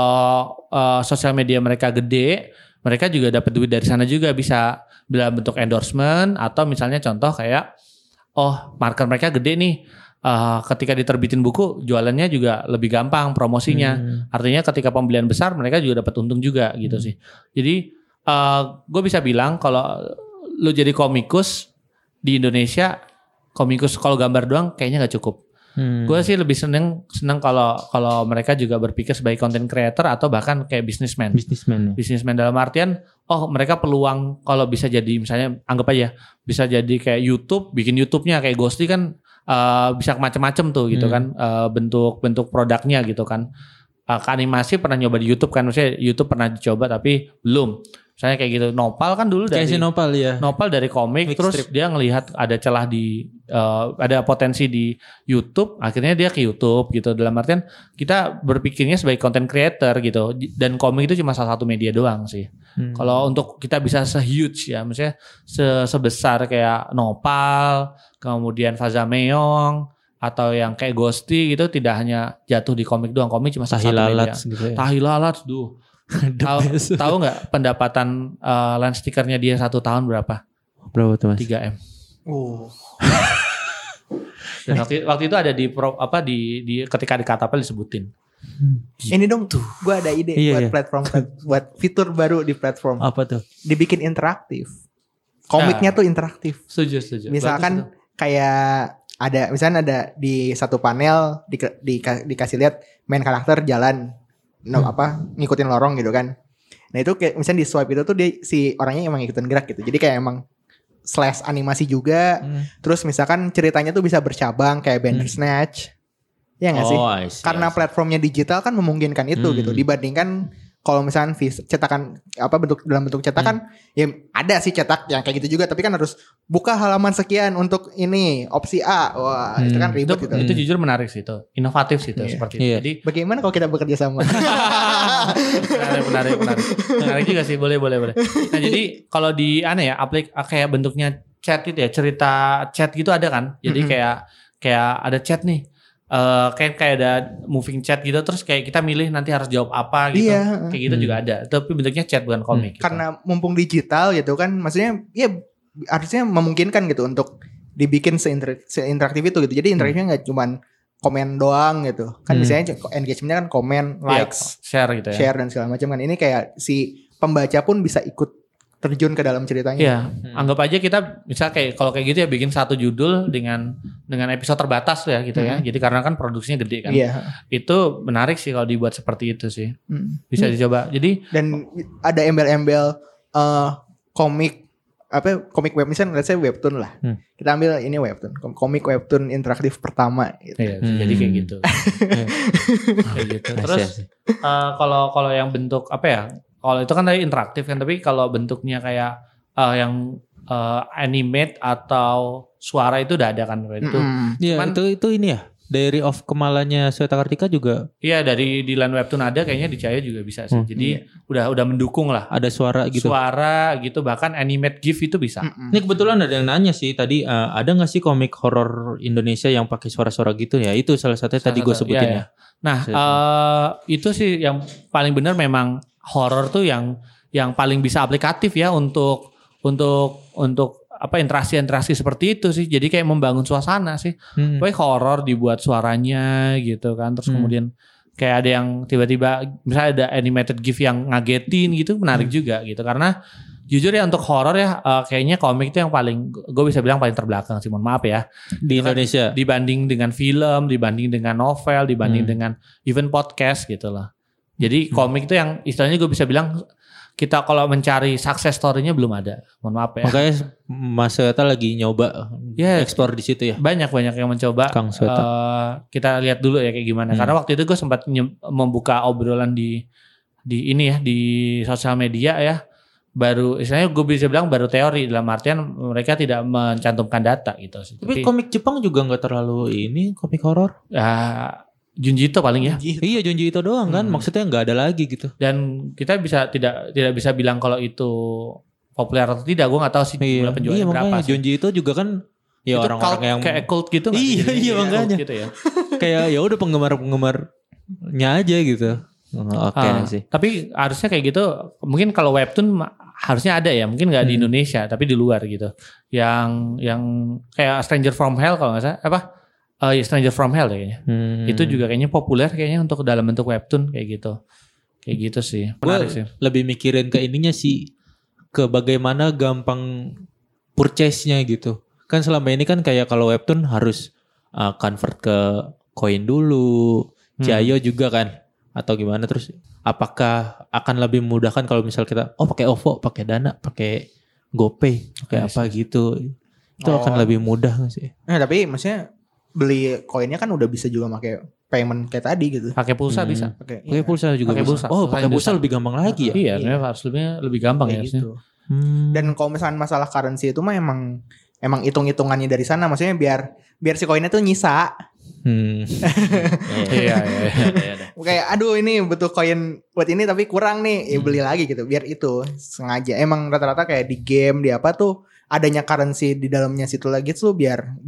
sosial media mereka gede, mereka juga dapat duit dari sana juga, bisa dalam bentuk endorsement, atau misalnya contoh kayak market mereka gede nih, ketika diterbitin buku jualannya juga lebih gampang promosinya. Artinya ketika pembelian besar mereka juga dapat untung juga gitu sih. Jadi gue bisa bilang kalau lu jadi komikus di Indonesia, komikus kalau gambar doang kayaknya nggak cukup. Gue sih lebih seneng kalau mereka juga berpikir sebagai content creator atau bahkan kayak businessman dalam artian mereka peluang kalau bisa jadi, misalnya anggap aja bisa jadi kayak YouTube, bikin YouTube-nya kayak Ghosty kan bisa macam-macam tuh gitu kan, bentuk produknya gitu kan. Animasi pernah nyoba di YouTube kan, maksudnya YouTube pernah dicoba tapi belum. Misalnya kayak gitu, Nopal kan dulu dari Nopal dari komik, terus strip. Dia ngelihat ada celah ada potensi di YouTube, akhirnya dia ke YouTube gitu. Dalam artian kita berpikirnya sebagai content creator gitu, dan komik itu cuma salah satu media doang sih. Kalau untuk kita bisa se-huge ya, maksudnya sebesar kayak Nopal, kemudian Faza Meong, atau yang kayak Ghosty gitu, tidak hanya jatuh di komik doang. Komik cuma satu media. Gitu ya. Tahi Lalat tuh. Tahu nggak pendapatan lens stickernya dia 1 tahun berapa?
Berapa tuh Mas?
3M. Dan waktu itu ada di ketika di Katapel disebutin.
Ini dong tuh, gue ada ide buat platform, buat fitur baru di platform.
Apa tuh?
Dibikin interaktif. Komiknya tuh interaktif.
Setuju.
Misalkan kayak misalnya ada di satu panel dikasih lihat main karakter jalan ngikutin lorong gitu kan. Nah itu kayak misalnya di swipe itu tuh si orangnya emang ngikutin gerak gitu. Jadi kayak emang slash animasi juga. Terus misalkan ceritanya tuh bisa bercabang kayak Bandersnatch. Ya gak sih? Karena platformnya digital kan memungkinkan itu gitu. Dibandingkan kalau misalkan cetakan dalam bentuk cetakan, ya ada sih cetak yang kayak gitu juga, tapi kan harus buka halaman sekian untuk ini opsi A. Wah, itu kan ribet gitu.
Itu jujur menarik sih itu. Inovatif sih itu seperti itu. Jadi
bagaimana kalau kita bekerja sama?
menarik. Menarik juga sih, boleh. Nah, jadi kalau di kayak bentuknya chat itu ya, cerita chat gitu ada kan. Jadi kayak ada chat nih. Kayak ada moving chat gitu, terus kayak kita milih nanti harus jawab apa gitu. Kayak gitu juga ada, tapi bentuknya chat bukan komik gitu.
Karena mumpung digital gitu kan, maksudnya ya harusnya memungkinkan gitu untuk dibikin seinteraktif itu gitu. Jadi interaktifnya gak cuman komen doang gitu kan. Biasanya engagementnya kan komen, likes,
share gitu ya,
share dan segala macam kan. Ini kayak si pembaca pun bisa ikut terjun ke dalam ceritanya.
Iya, anggap aja kita misal kalau kayak gitu ya, bikin satu judul dengan episode terbatas ya gitu ya. Jadi karena kan produksinya gede kan. Itu menarik sih kalau dibuat seperti itu sih. Bisa dicoba. Jadi
dan ada embel-embel komik web, misalnya let's say webtoon lah. Kita ambil ini webtoon, komik webtoon interaktif pertama gitu.
Iya, jadi kayak gitu. Kayak gitu. Terus kalau yang bentuk apa ya? Kalau itu kan tadi interaktif kan, tapi kalau bentuknya kayak yang animate atau suara itu udah ada kan itu.
Iya,
Cuman-
itu ini ya. Diary of Kemalanya Sweta Kartika juga
Iya dari di line webtoon ada, kayaknya di Cahaya juga bisa sih. Jadi udah mendukung lah.
ada suara gitu.
Suara gitu, bahkan animate GIF itu bisa.
Ini kebetulan ada yang nanya sih tadi, ada nggak sih komik horor Indonesia yang pakai suara-suara gitu ya? Itu salah satunya tadi gue sebutin ya.
Nah, itu sih yang paling benar, memang horor tuh yang paling bisa aplikatif ya untuk apa interaksi seperti itu sih. Jadi kayak membangun suasana sih. Pokoknya horor dibuat suaranya gitu kan. Terus kemudian kayak ada yang tiba-tiba misalnya ada animated GIF yang ngagetin gitu, menarik juga gitu. Karena jujur ya untuk horor ya kayaknya komik itu yang paling, gue bisa bilang paling terbelakang sih, mohon maaf ya.
Di Indonesia.
Dibanding dengan film, dibanding dengan novel, dibanding dengan even podcast gitu lah. Jadi komik itu yang istilahnya gue bisa bilang kita kalau mencari success story-nya belum ada. Mohon maaf ya.
Makanya Mas Sweta lagi nyoba ekspor di situ ya.
Banyak yang mencoba.
Kang Sweta.
Kita lihat dulu ya kayak gimana. Karena waktu itu gue sempat membuka obrolan di ini ya, di sosial media ya. Baru istilahnya gue bisa bilang baru teori, dalam artian mereka tidak mencantumkan data gitu.
Tapi komik Jepang juga nggak terlalu ini komik horor.
Junjito paling ya.
Iya Junji itu doang kan, maksudnya nggak ada lagi gitu.
Dan kita tidak bisa bilang kalau itu populer atau tidak. Gue nggak tahu sih jumlah penjualnya berapa sih.
Junji itu juga kan ya
itu
orang-orang yang
kayak cult gitu nggak?
Iya makanya.
Gitu ya.
Kayak ya udah penggemarnya aja gitu. Oke sih.
Tapi harusnya kayak gitu. Mungkin kalau webtoon harusnya ada ya. Mungkin nggak di Indonesia, tapi di luar gitu. Yang kayak Stranger from Hell kalau nggak salah ya Stranger from Hell kayaknya. Itu juga kayaknya populer kayaknya untuk dalam bentuk webtoon kayak gitu. Kayak gitu sih. Menarik sih.
Lebih mikirin ke ininya sih, ke bagaimana gampang purchase-nya gitu. Kan selama ini kan kayak kalau webtoon harus convert ke koin dulu. Jayo juga kan atau gimana, terus apakah akan lebih memudahkan kalau misal kita pakai OVO, pakai Dana, pakai GoPay, pakai apa gitu. Itu akan lebih mudah gak sih?
Nah, tapi maksudnya beli koinnya kan udah bisa juga pakai payment kayak tadi gitu.
Pakai pulsa bisa.
Pakai
Pulsa juga
Pakai
bisa.
pulsa.
Pakai pulsa lebih gampang lagi ya?
Iya, sebenarnya harus lebih gampang ya.
kayak gitu. Dan kalau misalnya masalah currency itu mah emang hitung-hitungannya dari sana, maksudnya biar si koinnya tuh nyisa.
Iya.
Kayak aduh ini butuh koin buat ini tapi kurang nih, ya beli lagi gitu. Biar itu sengaja. Emang rata-rata kayak di game di apa tuh adanya currency di dalamnya situ lagi tuh biar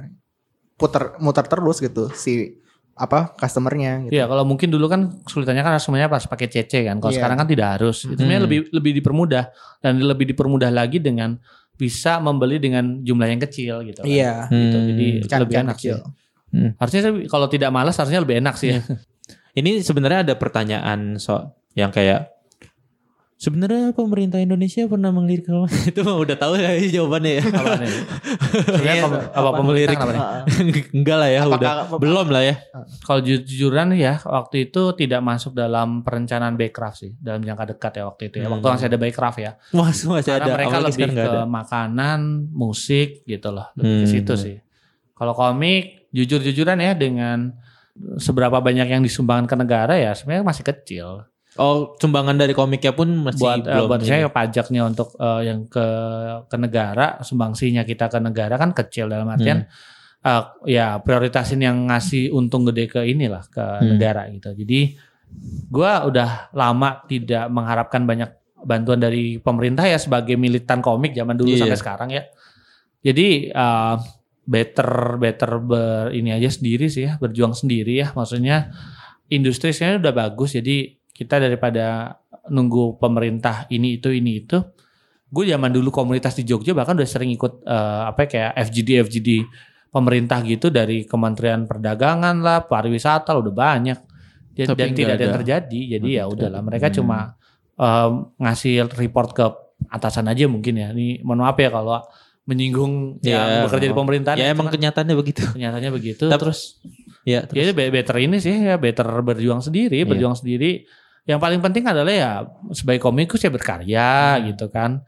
muter terus gitu si customernya gitu.
Iya, kalau mungkin dulu kan kesulitannya kan semuanya pas pakai CC kan. Kalau sekarang kan tidak harus. Itu sebenarnya lebih dipermudah, dan lebih dipermudah lagi dengan bisa membeli dengan jumlah yang kecil gitu kan.
Iya.
Gitu. Jadi lebih
Can
enak
kecil.
sih. Harusnya kalau tidak malas harusnya lebih enak sih.
Ini sebenarnya ada pertanyaan yang kayak sebenarnya pemerintah Indonesia pernah melirik itu mah udah tahu ya jawabannya ya.
Apa nih? Sebenarnya apa pemelirik?
Enggak lah ya, belum lah ya.
Kalau jujuran ya waktu itu tidak masuk dalam perencanaan Backcraft sih, dalam jangka dekat ya waktu itu ya. Waktu masih ada Backcraft ya.
Masih
Karena
ada.
mereka
Apalagi
lebih
sekarang
ke makanan, musik gitu loh, lebih ke situ sih. Kalau komik jujur-jujuran ya, dengan seberapa banyak yang disumbangkan ke negara ya sebenarnya masih kecil.
Oh, sumbangan dari komiknya pun masih
Buat saya pajaknya untuk yang ke negara, sumbangsinya kita ke negara kan kecil, dalam artian ya prioritasin yang ngasih untung gede ke inilah ke negara gitu. Jadi gua udah lama tidak mengharapkan banyak bantuan dari pemerintah ya, sebagai militan komik zaman dulu sampai sekarang ya. Jadi better ini aja sendiri sih ya, berjuang sendiri ya. Maksudnya industri sebenarnya udah bagus, jadi kita daripada nunggu pemerintah ini itu. Gue zaman dulu komunitas di Jogja bahkan udah sering ikut kayak FGD pemerintah gitu, dari Kementerian Perdagangan lah, pariwisata lah, udah banyak. Dan tidak ada yang terjadi. Jadi ya udahlah, mereka cuma ngasih report ke atasan aja mungkin ya. Ini mohon maaf ya kalau menyinggung yang bekerja di pemerintahan.
Ya emang kenyataannya begitu.
Kenyataannya begitu.
Terus ya
better ini sih ya, better berjuang sendiri. Yang paling penting adalah ya sebagai komikus ya berkarya gitu kan.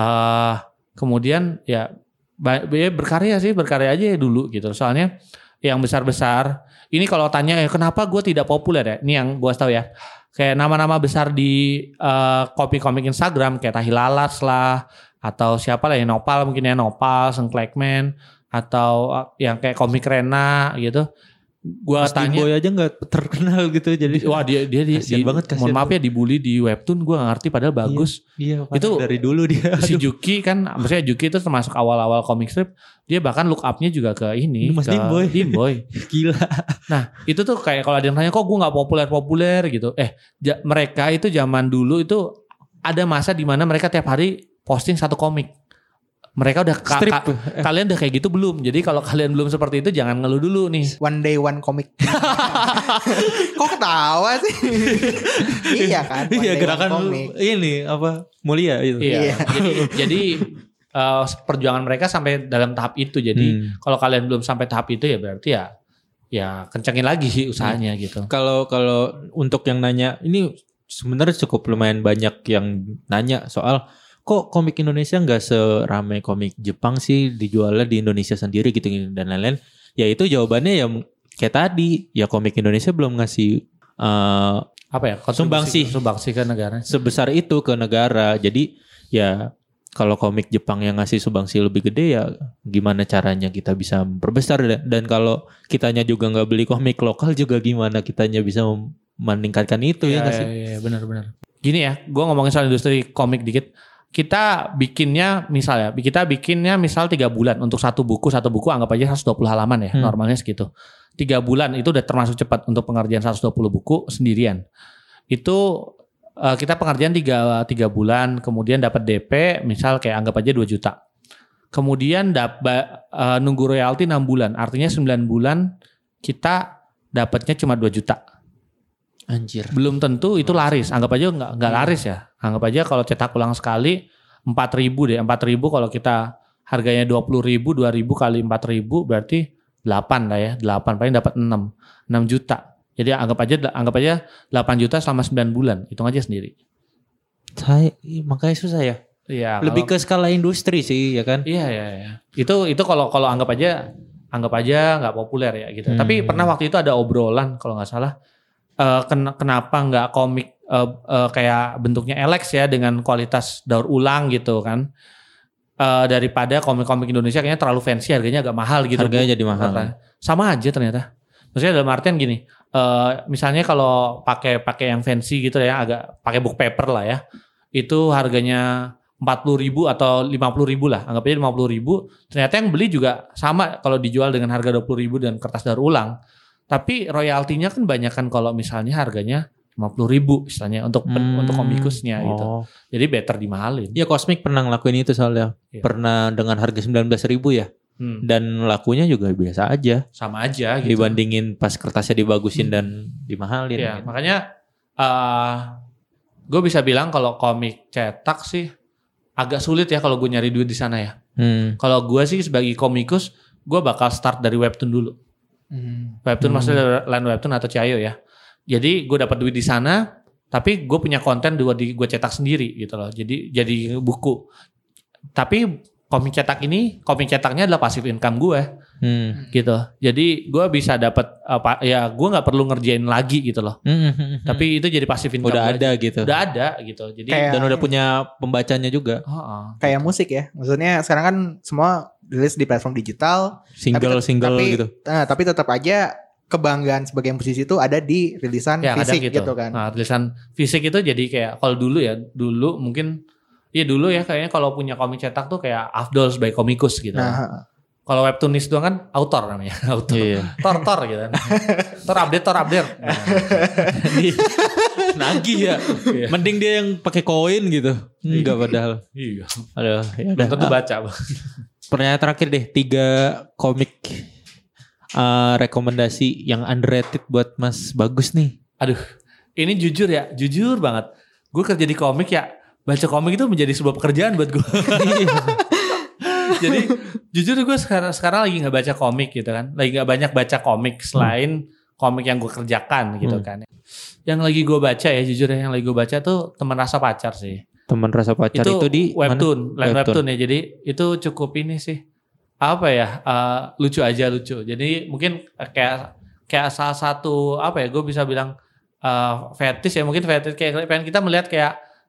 Kemudian ya berkarya aja ya dulu gitu. Soalnya yang besar-besar ini kalau tanya kenapa gue tidak populer ya. Ini yang gue tahu ya. Kayak nama-nama besar di komik Instagram kayak Tahi Lalas lah, atau siapa lah yang Nopal, mungkin ya Nopal, Sengklekman, atau yang kayak Komik Rena gitu. Gua
Mas
tanya,
Boy aja nggak terkenal gitu, jadi
wah dia
kasian banget, kasian
mohon maaf ya
banget.
dibully di webtoon, gue gak ngerti padahal bagus.
Iya,
Itu
dari dulu dia.
Si Juki kan, maksudnya Juki itu termasuk awal-awal comic strip, dia bahkan look up-nya juga ke ini,
Mas
ke
Dimboy.
Dimboy.
Gila.
Nah itu tuh kayak kalau ada yang tanya kok gue gak populer gitu. Mereka itu zaman dulu itu ada masa di mana mereka tiap hari posting satu komik. Mereka udah
Strip.
kalian udah kayak gitu belum? Jadi kalau kalian belum seperti itu jangan ngeluh dulu nih.
One day one comic. Kok ketawa sih? Iya kan. One
Iya,
day one
gerakan
comic.
ini apa mulia itu.
Iya. Jadi perjuangan mereka sampai dalam tahap itu. Jadi kalau kalian belum sampai tahap itu ya berarti ya kencengin lagi usahanya gitu.
Kalau untuk yang nanya, ini sebenarnya cukup lumayan banyak yang nanya soal kok komik Indonesia nggak seramai komik Jepang sih, dijualnya di Indonesia sendiri gitu dan lain-lain. Ya itu jawabannya ya kayak tadi, ya komik Indonesia belum ngasih
Apa ya?
Sumbangsi
ke negara.
sebesar itu ke negara. Jadi ya kalau komik Jepang yang ngasih sumbangsi lebih gede, ya gimana caranya kita bisa memperbesar, dan kalau kitanya juga nggak beli komik lokal juga gimana kitanya bisa meningkatkan itu ya nggak sih?
Iya, benar-benar. Gini ya, gue ngomongin soal industri komik dikit. Kita bikinnya misal 3 bulan untuk satu buku anggap aja 120 halaman ya, normalnya segitu. 3 bulan itu udah termasuk cepat untuk pengerjaan 120 buku sendirian. Itu kita pengerjaan 3 bulan, kemudian dapat DP misal kayak anggap aja 2 juta. Kemudian nunggu royalti 6 bulan, artinya 9 bulan kita dapatnya cuma 2 juta.
Anjir.
Belum tentu itu laris. Anggap aja nggak laris ya. Anggap aja kalau cetak ulang sekali 4.000 deh. 4.000 kalau kita harganya 20.000, 2.000 kali 4.000 berarti 8 lah ya. 8 paling dapat 6 juta. Jadi anggap aja 8 juta selama 9 bulan. Hitung aja sendiri.
Makanya susah ya.
Iya.
Lebih ke skala industri sih ya kan.
Iya. Itu kalau anggap aja nggak populer ya gitu. Tapi pernah waktu itu ada obrolan kalau nggak salah. Kenapa nggak komik kayak bentuknya Alex ya dengan kualitas daur ulang gitu kan, daripada komik-komik Indonesia kayaknya terlalu fancy, harganya agak mahal gitu.
Harganya jadi mahal.
Sama aja ternyata. Maksudnya dalam artian gini, misalnya kalau pakai yang fancy gitu ya, agak pakai book paper lah ya, itu harganya 40.000 atau 50.000 lah, anggap aja 50.000. Ternyata yang beli juga sama kalau dijual dengan harga 20.000 dan kertas daur ulang. Tapi royaltinya kan banyak kan kalau misalnya harganya 50.000 istilahnya untuk komikusnya gitu. Jadi better dimahalin.
Ya Cosmic pernah ngelakuin itu soalnya.
Iya.
Pernah dengan harga 19.000 ya. Dan lakunya juga biasa aja.
Sama aja gitu.
Dibandingin pas kertasnya dibagusin dan dimahalin.
Iya,
gitu.
makanya gue bisa bilang kalau komik cetak sih agak sulit ya kalau gue nyari duit di sana ya. Kalau gue sih sebagai komikus, gue bakal start dari webtoon dulu. Webtoon maksudnya Line Webtoon atau Ciayo ya. Jadi gue dapat duit di sana, tapi gue punya konten gue cetak sendiri gitu loh. Jadi buku. Tapi komik cetaknya adalah passive income gue, gitu. Jadi gue bisa dapat gue nggak perlu ngerjain lagi gitu loh. Tapi itu jadi passive income.
Udah ada gitu.
Udah ada gitu. Jadi
dan udah punya pembacanya juga.
Kayak musik ya. Maksudnya sekarang kan semua rilis di platform digital,
single gitu.
Tapi tetap aja kebanggaan sebagai musisi itu ada di rilisan fisik gitu kan.
Nah, rilisan fisik itu jadi kayak kalau dulu mungkin dulu ya kayaknya kalau punya komik cetak tuh kayak afdol sebagai komikus gitu. Kalau webtoonis doang kan autor namanya, autor. Iya. Tor gitu kan. Tor update.
Nagih ya. Mending dia yang pakai koin gitu. Enggak padahal.
Iya.
Aduh, ya udah.
Tentu baca.
Pertanyaan terakhir deh, 3 komik rekomendasi yang underrated buat Mas Bagus nih.
Aduh, ini jujur banget. Gue kerja di komik ya, baca komik itu menjadi sebuah pekerjaan buat gue. Jadi jujur gue sekarang lagi nggak baca komik gitu kan, lagi nggak banyak baca komik selain komik yang gue kerjakan gitu kan. Yang lagi gue baca ya jujur ya, yang lagi gue baca tuh Teman Rasa Pacar sih. Teman Rasa Pacar itu di webtoon, webtoon ya. Jadi itu cukup ini sih. Apa ya? Lucu. Jadi mungkin kayak salah satu gue bisa bilang fetish ya, mungkin fetish kayak pengen kita melihat kayak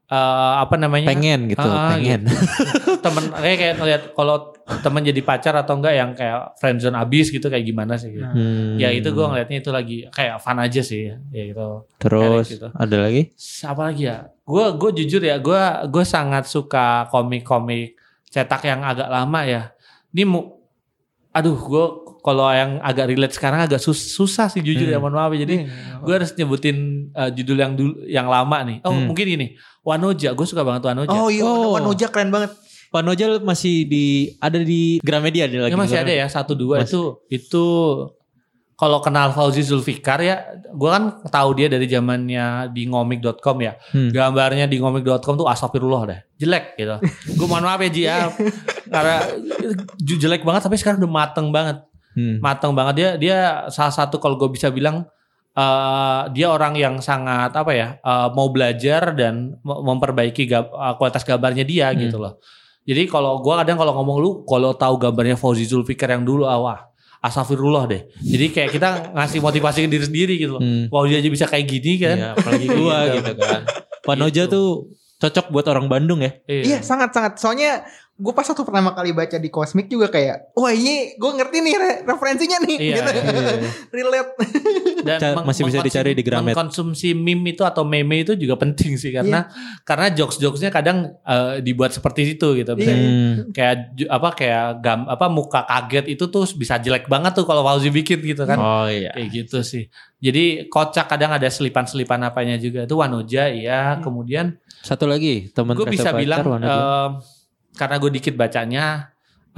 apa namanya?
Pengen gitu, pengen.
Gitu. Temen kayak ngeliat kalau temen jadi pacar atau enggak yang kayak friendzone abis gitu kayak gimana sih? Gitu. Ya itu gue ngeliatnya itu lagi kayak fun aja sih, ya gitu.
Terus
gitu.
ada lagi?
Apa lagi ya? Gue jujur ya, gue sangat suka komik-komik cetak yang agak lama ya. Ini gue kalau yang agak relate sekarang agak susah sih jujur ya, mohon maaf ya. Jadi gue harus nyebutin judul yang lama nih. Oh mungkin ini Wanoja, gue suka banget Wanoja.
Oh iya, Wanoja keren banget.
Wanoja masih ada di Gramedia ada lagi.
Ya masih ada ya 1-2 itu kalau kenal Fauzi Zulfikar ya, gue kan tahu dia dari zamannya di ngomik.com ya. Gambarnya di ngomik.com tuh astagfirullah deh, jelek gitu. Gue mohon maaf ya Ji ya, karena jelek banget tapi sekarang udah mateng banget. Mateng banget dia salah satu kalau gue bisa bilang dia orang yang sangat mau belajar dan memperbaiki kualitas gambarnya dia gitu loh. Jadi kalau gue kadang kalau ngomong lu kalau tahu gambarnya Fauzi Zulfikar yang dulu astagfirullah deh. Jadi kayak kita ngasih motivasi ke diri sendiri gitu loh. Wow dia aja bisa kayak gini kan.
Iya, apalagi gue gitu kan. Wanoja tuh cocok buat orang Bandung ya.
Iya sangat-sangat. Soalnya gue pas waktu pertama kali baca di Cosmic juga kayak, wah ini gue ngerti nih referensinya nih.
Iya,
gitu.
iya.
Relate.
Dan masih bisa dicari di Gramet.
Mengkonsumsi meme itu atau meme itu juga penting sih karena jokes-jokesnya kadang dibuat seperti itu gitu. Kayak muka kaget itu tuh bisa jelek banget tuh kalau Fauzi bikin gitu kan.
Oh iya.
Kayak gitu sih. Jadi kocak kadang ada selipan-selipan apanya juga. Itu Wanoja ya. Kemudian
satu lagi teman
gue bisa bilang karena gue dikit bacanya,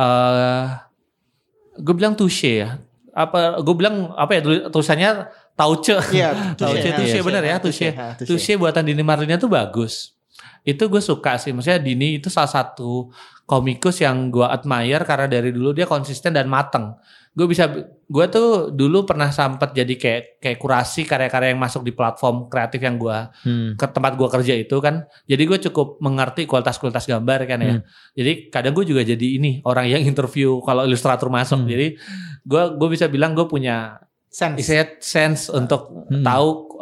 gue bilang touche ya. Gue bilang tulisannya Tauce.
Iya,
Touche benar ya, Touche buatan Dini Marlina tuh bagus. Itu gue suka sih. Maksudnya Dini itu salah satu komikus yang gue admire karena dari dulu dia konsisten dan mateng. Gue tuh dulu pernah sempat jadi kayak kurasi karya-karya yang masuk di platform kreatif yang gue ke tempat gue kerja itu kan. Jadi gue cukup mengerti kualitas gambar kan ya. Jadi kadang gue juga jadi orang yang interview kalau ilustrator masuk. Jadi gue bisa bilang gue punya sense untuk tahu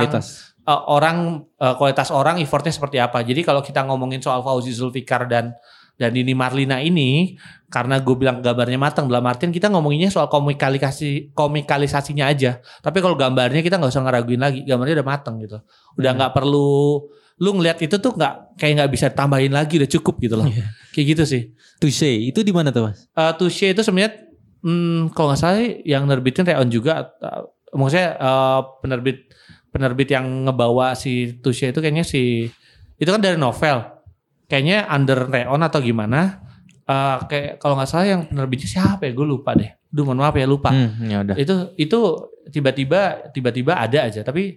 kualitas orang effortnya seperti apa. Jadi kalau kita ngomongin soal Fauzi Zulfikar dan Dini Marlina ini, karena gue bilang gambarnya matang, dalam artian kita ngomonginnya soal komikalisasinya aja. Tapi kalau gambarnya kita nggak usah ngeraguin lagi, gambarnya udah matang gitu. Udah nggak perlu lu ngeliat itu tuh nggak bisa tambahin lagi, udah cukup gitu loh. Kayak gitu sih.
Touche itu di mana tuh Mas?
Touche itu sebenarnya kalau nggak salah yang nerbitin Reon juga. Maksudnya penerbit yang ngebawa si Touche itu kayaknya itu kan dari novel. Kayaknya under Reon atau gimana. Kayak kalau nggak salah yang penerbitnya siapa ya, gue lupa deh. Mohon maaf ya lupa.
Ya udah.
Itu tiba-tiba ada aja. Tapi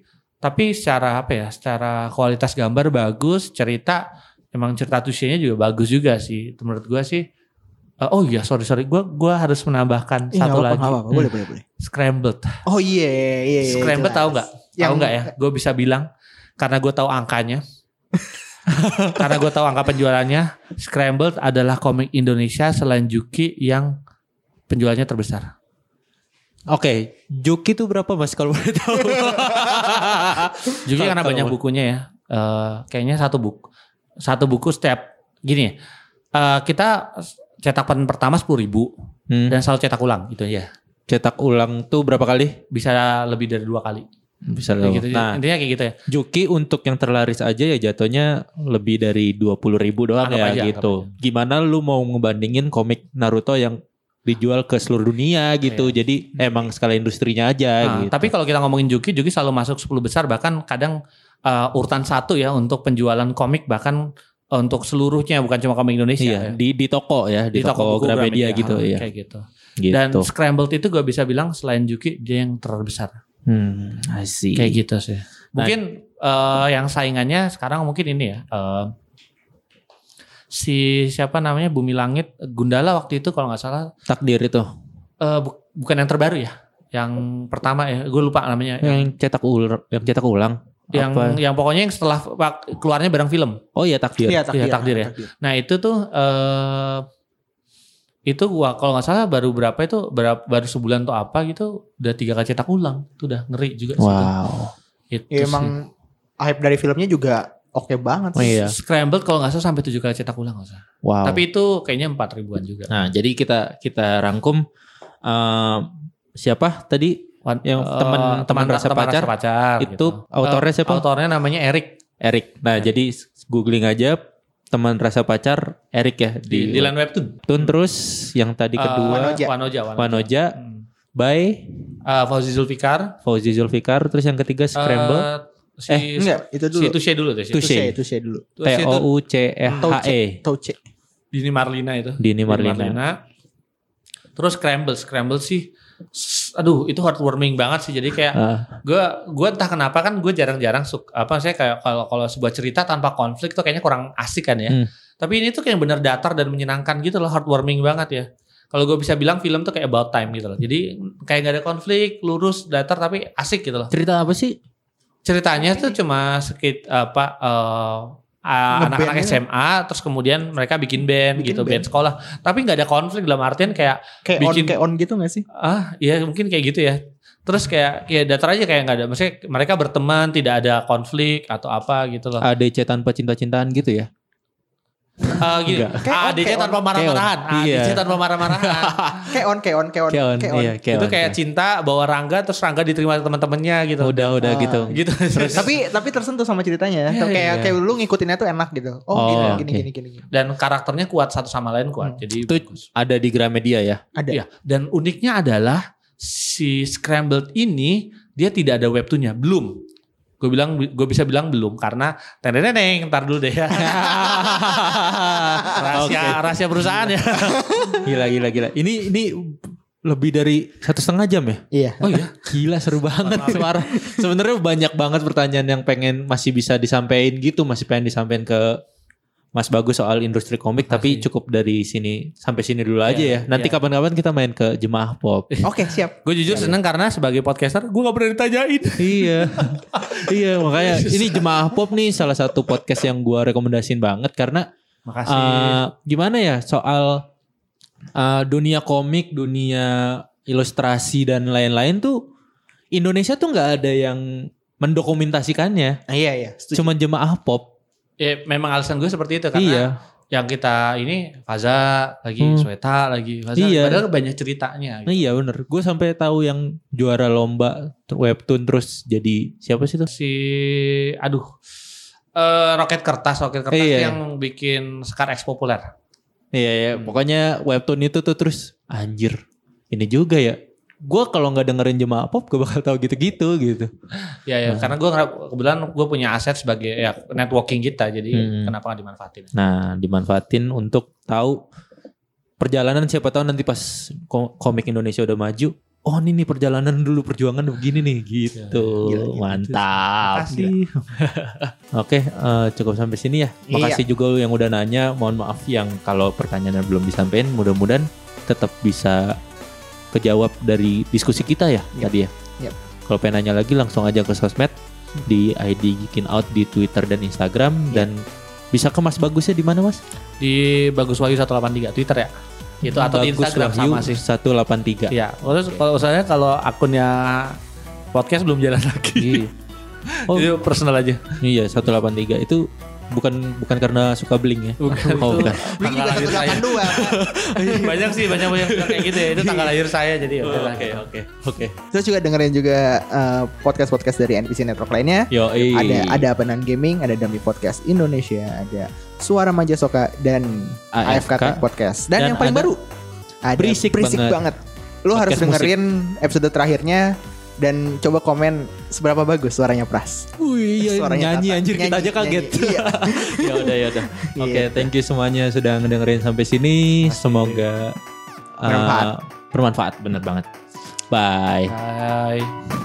secara kualitas gambar bagus, cerita Touche-nya juga bagus juga sih. Menurut gue sih. Oh iya sorry gue harus menambahkan satu lagi.
Boleh.
Scrambled.
Oh iya.
Scrambled tahu nggak? Tahu nggak ya? Gue bisa bilang karena gue tahu angkanya. Karena gue tahu angka penjualannya, Scrambled adalah komik Indonesia selain Juki yang penjualannya terbesar.
Oke, Juki itu berapa Mas kalau boleh tahu?
Juki karena banyak bukunya ya. Kayaknya satu buku setiap gini. Kita cetakan pertama 10.000 dan selalu cetak ulang gitu ya.
Cetak ulang tuh berapa kali?
Bisa lebih dari 2 kali.
Bisa
gitu. Nah, intinya kayak gitu ya.
Juki untuk yang terlaris aja ya jatuhnya lebih dari 20.000 doang anggap ya aja, gitu. Gimana lu mau ngebandingin komik Naruto yang dijual ke seluruh dunia gitu. Iya. Jadi emang skala industrinya aja gitu.
Tapi kalau kita ngomongin Juki selalu masuk 10 besar bahkan kadang urutan 1 ya untuk penjualan komik bahkan untuk seluruhnya bukan cuma komik Indonesia.
Iya, ya. Di toko ya, di toko Gramedia gitu ya.
Kayak gitu. Dan Scrambled itu gue bisa bilang selain Juki dia yang terbesar.
I see.
Kayak gitu sih. Mungkin yang saingannya sekarang mungkin ini ya. Si siapa namanya Bumi Langit Gundala waktu itu kalau nggak salah.
Takdir itu.
Bukan yang terbaru ya. Yang pertama ya, gue lupa namanya.
Yang cetak ulang.
Yang pokoknya yang setelah keluarnya bareng film.
Oh iya Takdir.
Iya Takdir ya. Nah itu tuh. Itu kalau nggak salah baru baru sebulan atau apa gitu udah 3 kali cetak ulang. Itu udah ngeri juga sih.
Wow. Itu ya, emang hype dari filmnya juga oke banget
Oh,
sih.
iya.
Scrambled kalau nggak salah sampai 7 kali cetak ulang nggak usah.
Wow.
Tapi itu kayaknya 4 ribuan juga.
Nah, jadi kita rangkum siapa tadi yang teman rasa pacar itu
gitu.
autornya siapa?
Autornya namanya Eric.
Nah, jadi googling aja teman rasa pacar Eric ya
Di Line Webtoon.
Terus yang tadi kedua
Wanoja.
by
Fauzi Zulfikar.
Fauzi Zulfikar. Terus yang ketiga Scramble.
Enggak, itu dulu.
Si Touche dulu deh.
Touche dulu.
TOUCHE.
Touche.
Dini Marlina itu.
Dini Marlina.
Terus Scramble sih. Aduh, itu heartwarming banget sih. Jadi kayak gue entah kenapa kan gue jarang-jarang saya kayak kalau sebuah cerita tanpa konflik tuh kayaknya kurang asik kan ya. Tapi ini tuh kayak bener datar dan menyenangkan gitu loh, heartwarming banget ya. Kalau gue bisa bilang film tuh kayak about time gitu loh. Jadi kayak gak ada konflik, lurus, datar tapi asik gitu loh.
Cerita apa sih?
Ceritanya tuh cuma anak-anak SMA terus kemudian mereka bikin band band sekolah, tapi nggak ada konflik dalam artian kayak bikin
on gitu nggak sih?
Iya mungkin kayak gitu ya. Terus kayak datar aja kayak nggak ada, maksudnya mereka berteman tidak ada konflik atau apa gitu loh.
ADC tanpa cinta-cintaan gitu ya?
Gini, ADC tanpa marah-marahan, ADC tanpa marah-marahan.
Keon.
Iya,
Itu kayak cinta bawa Rangga terus Rangga diterima teman-temannya gitu.
Udah gitu.
Tapi tersentuh sama ceritanya. Kayak lu ngikutinnya tuh enak gitu. Gini.
Dan karakternya kuat satu sama lain kuat. Jadi
itu ada di Gramedia ya?
Ada.
Iya. Dan uniknya adalah si Scrambled ini dia tidak ada webtoonnya, belum. Gue bisa bilang belum karena ntar dulu deh ya. rahasia perusahaan ya.
Gila. Ini lebih dari 1,5 jam ya?
Iya.
Oh iya. Gila seru banget. Suara. Sebenarnya banyak banget pertanyaan yang masih bisa disampaikan gitu, masih pengen disampaikan ke Mas Bagus soal industri komik, tapi cukup dari sini sampai sini dulu aja ya. Nanti kapan-kapan kita main ke Jemaah Pop.
Oke, siap.
Gue jujur seneng karena sebagai podcaster gue gak pernah ditanyain.
Iya, makanya ini Jemaah Pop nih salah satu podcast yang gue rekomendasiin banget karena gimana ya soal dunia komik, dunia ilustrasi dan lain-lain tuh Indonesia tuh nggak ada yang mendokumentasikannya.
Iya.
Cuma Jemaah Pop.
Ya memang alasan gue seperti itu karena yang kita ini Faza lagi, Sweta lagi, Faza padahal banyak ceritanya. Gitu.
Iya bener, gue sampai tahu yang juara lomba webtoon terus jadi siapa sih tuh?
Roket kertas yang bikin Scar X populer.
Iya, pokoknya webtoon itu tuh terus anjir ini juga ya. Gue kalau nggak dengerin Jemaah Pop gue bakal tahu gitu.
Ya, karena gue kebetulan gue punya aset sebagai networking kita, jadi kenapa nggak dimanfaatin?
Nah, dimanfaatin untuk tahu perjalanan, siapa tahu nanti pas komik Indonesia udah maju, oh ini nih perjalanan dulu perjuangan begini nih gitu. Gila, mantap. Oke, cukup sampai sini ya. Makasih juga lu yang udah nanya. Mohon maaf yang kalau pertanyaan belum disampaikan, mudah-mudahan tetap bisa kejawab dari diskusi kita ya tadi ya. Kalau pengen nanya lagi langsung aja ke sosmed di ID Geekin Out di Twitter dan Instagram dan bisa ke Mas Bagusnya di mana Mas?
Di Bagus Wahyu 183 Twitter ya. Itu atau di Instagram sama sih
183.
Iya. Kalau akunnya podcast belum jalan lagi. Itu personal aja.
Iya 183 itu bukan karena suka bling ya. Bukan.
Bling juga 182.
banyak kayak gitu ya. Itu tanggal lahir saya jadi
Oke.
Terus juga dengerin juga podcast dari NPC Network lainnya. Ada Apenan Gaming, ada Dummy Podcast Indonesia, ada Suara Manja Soka dan AFK Tech Podcast. Dan yang paling baru ada Berisik banget. Lu harus dengerin episode terakhirnya dan coba komen seberapa bagus suaranya Pras.
Suaranya nyanyi anjir kita aja kaget. Ya udah. Oke, thank you semuanya sudah ngedengerin sampai sini. Semoga bermanfaat bener banget. Bye.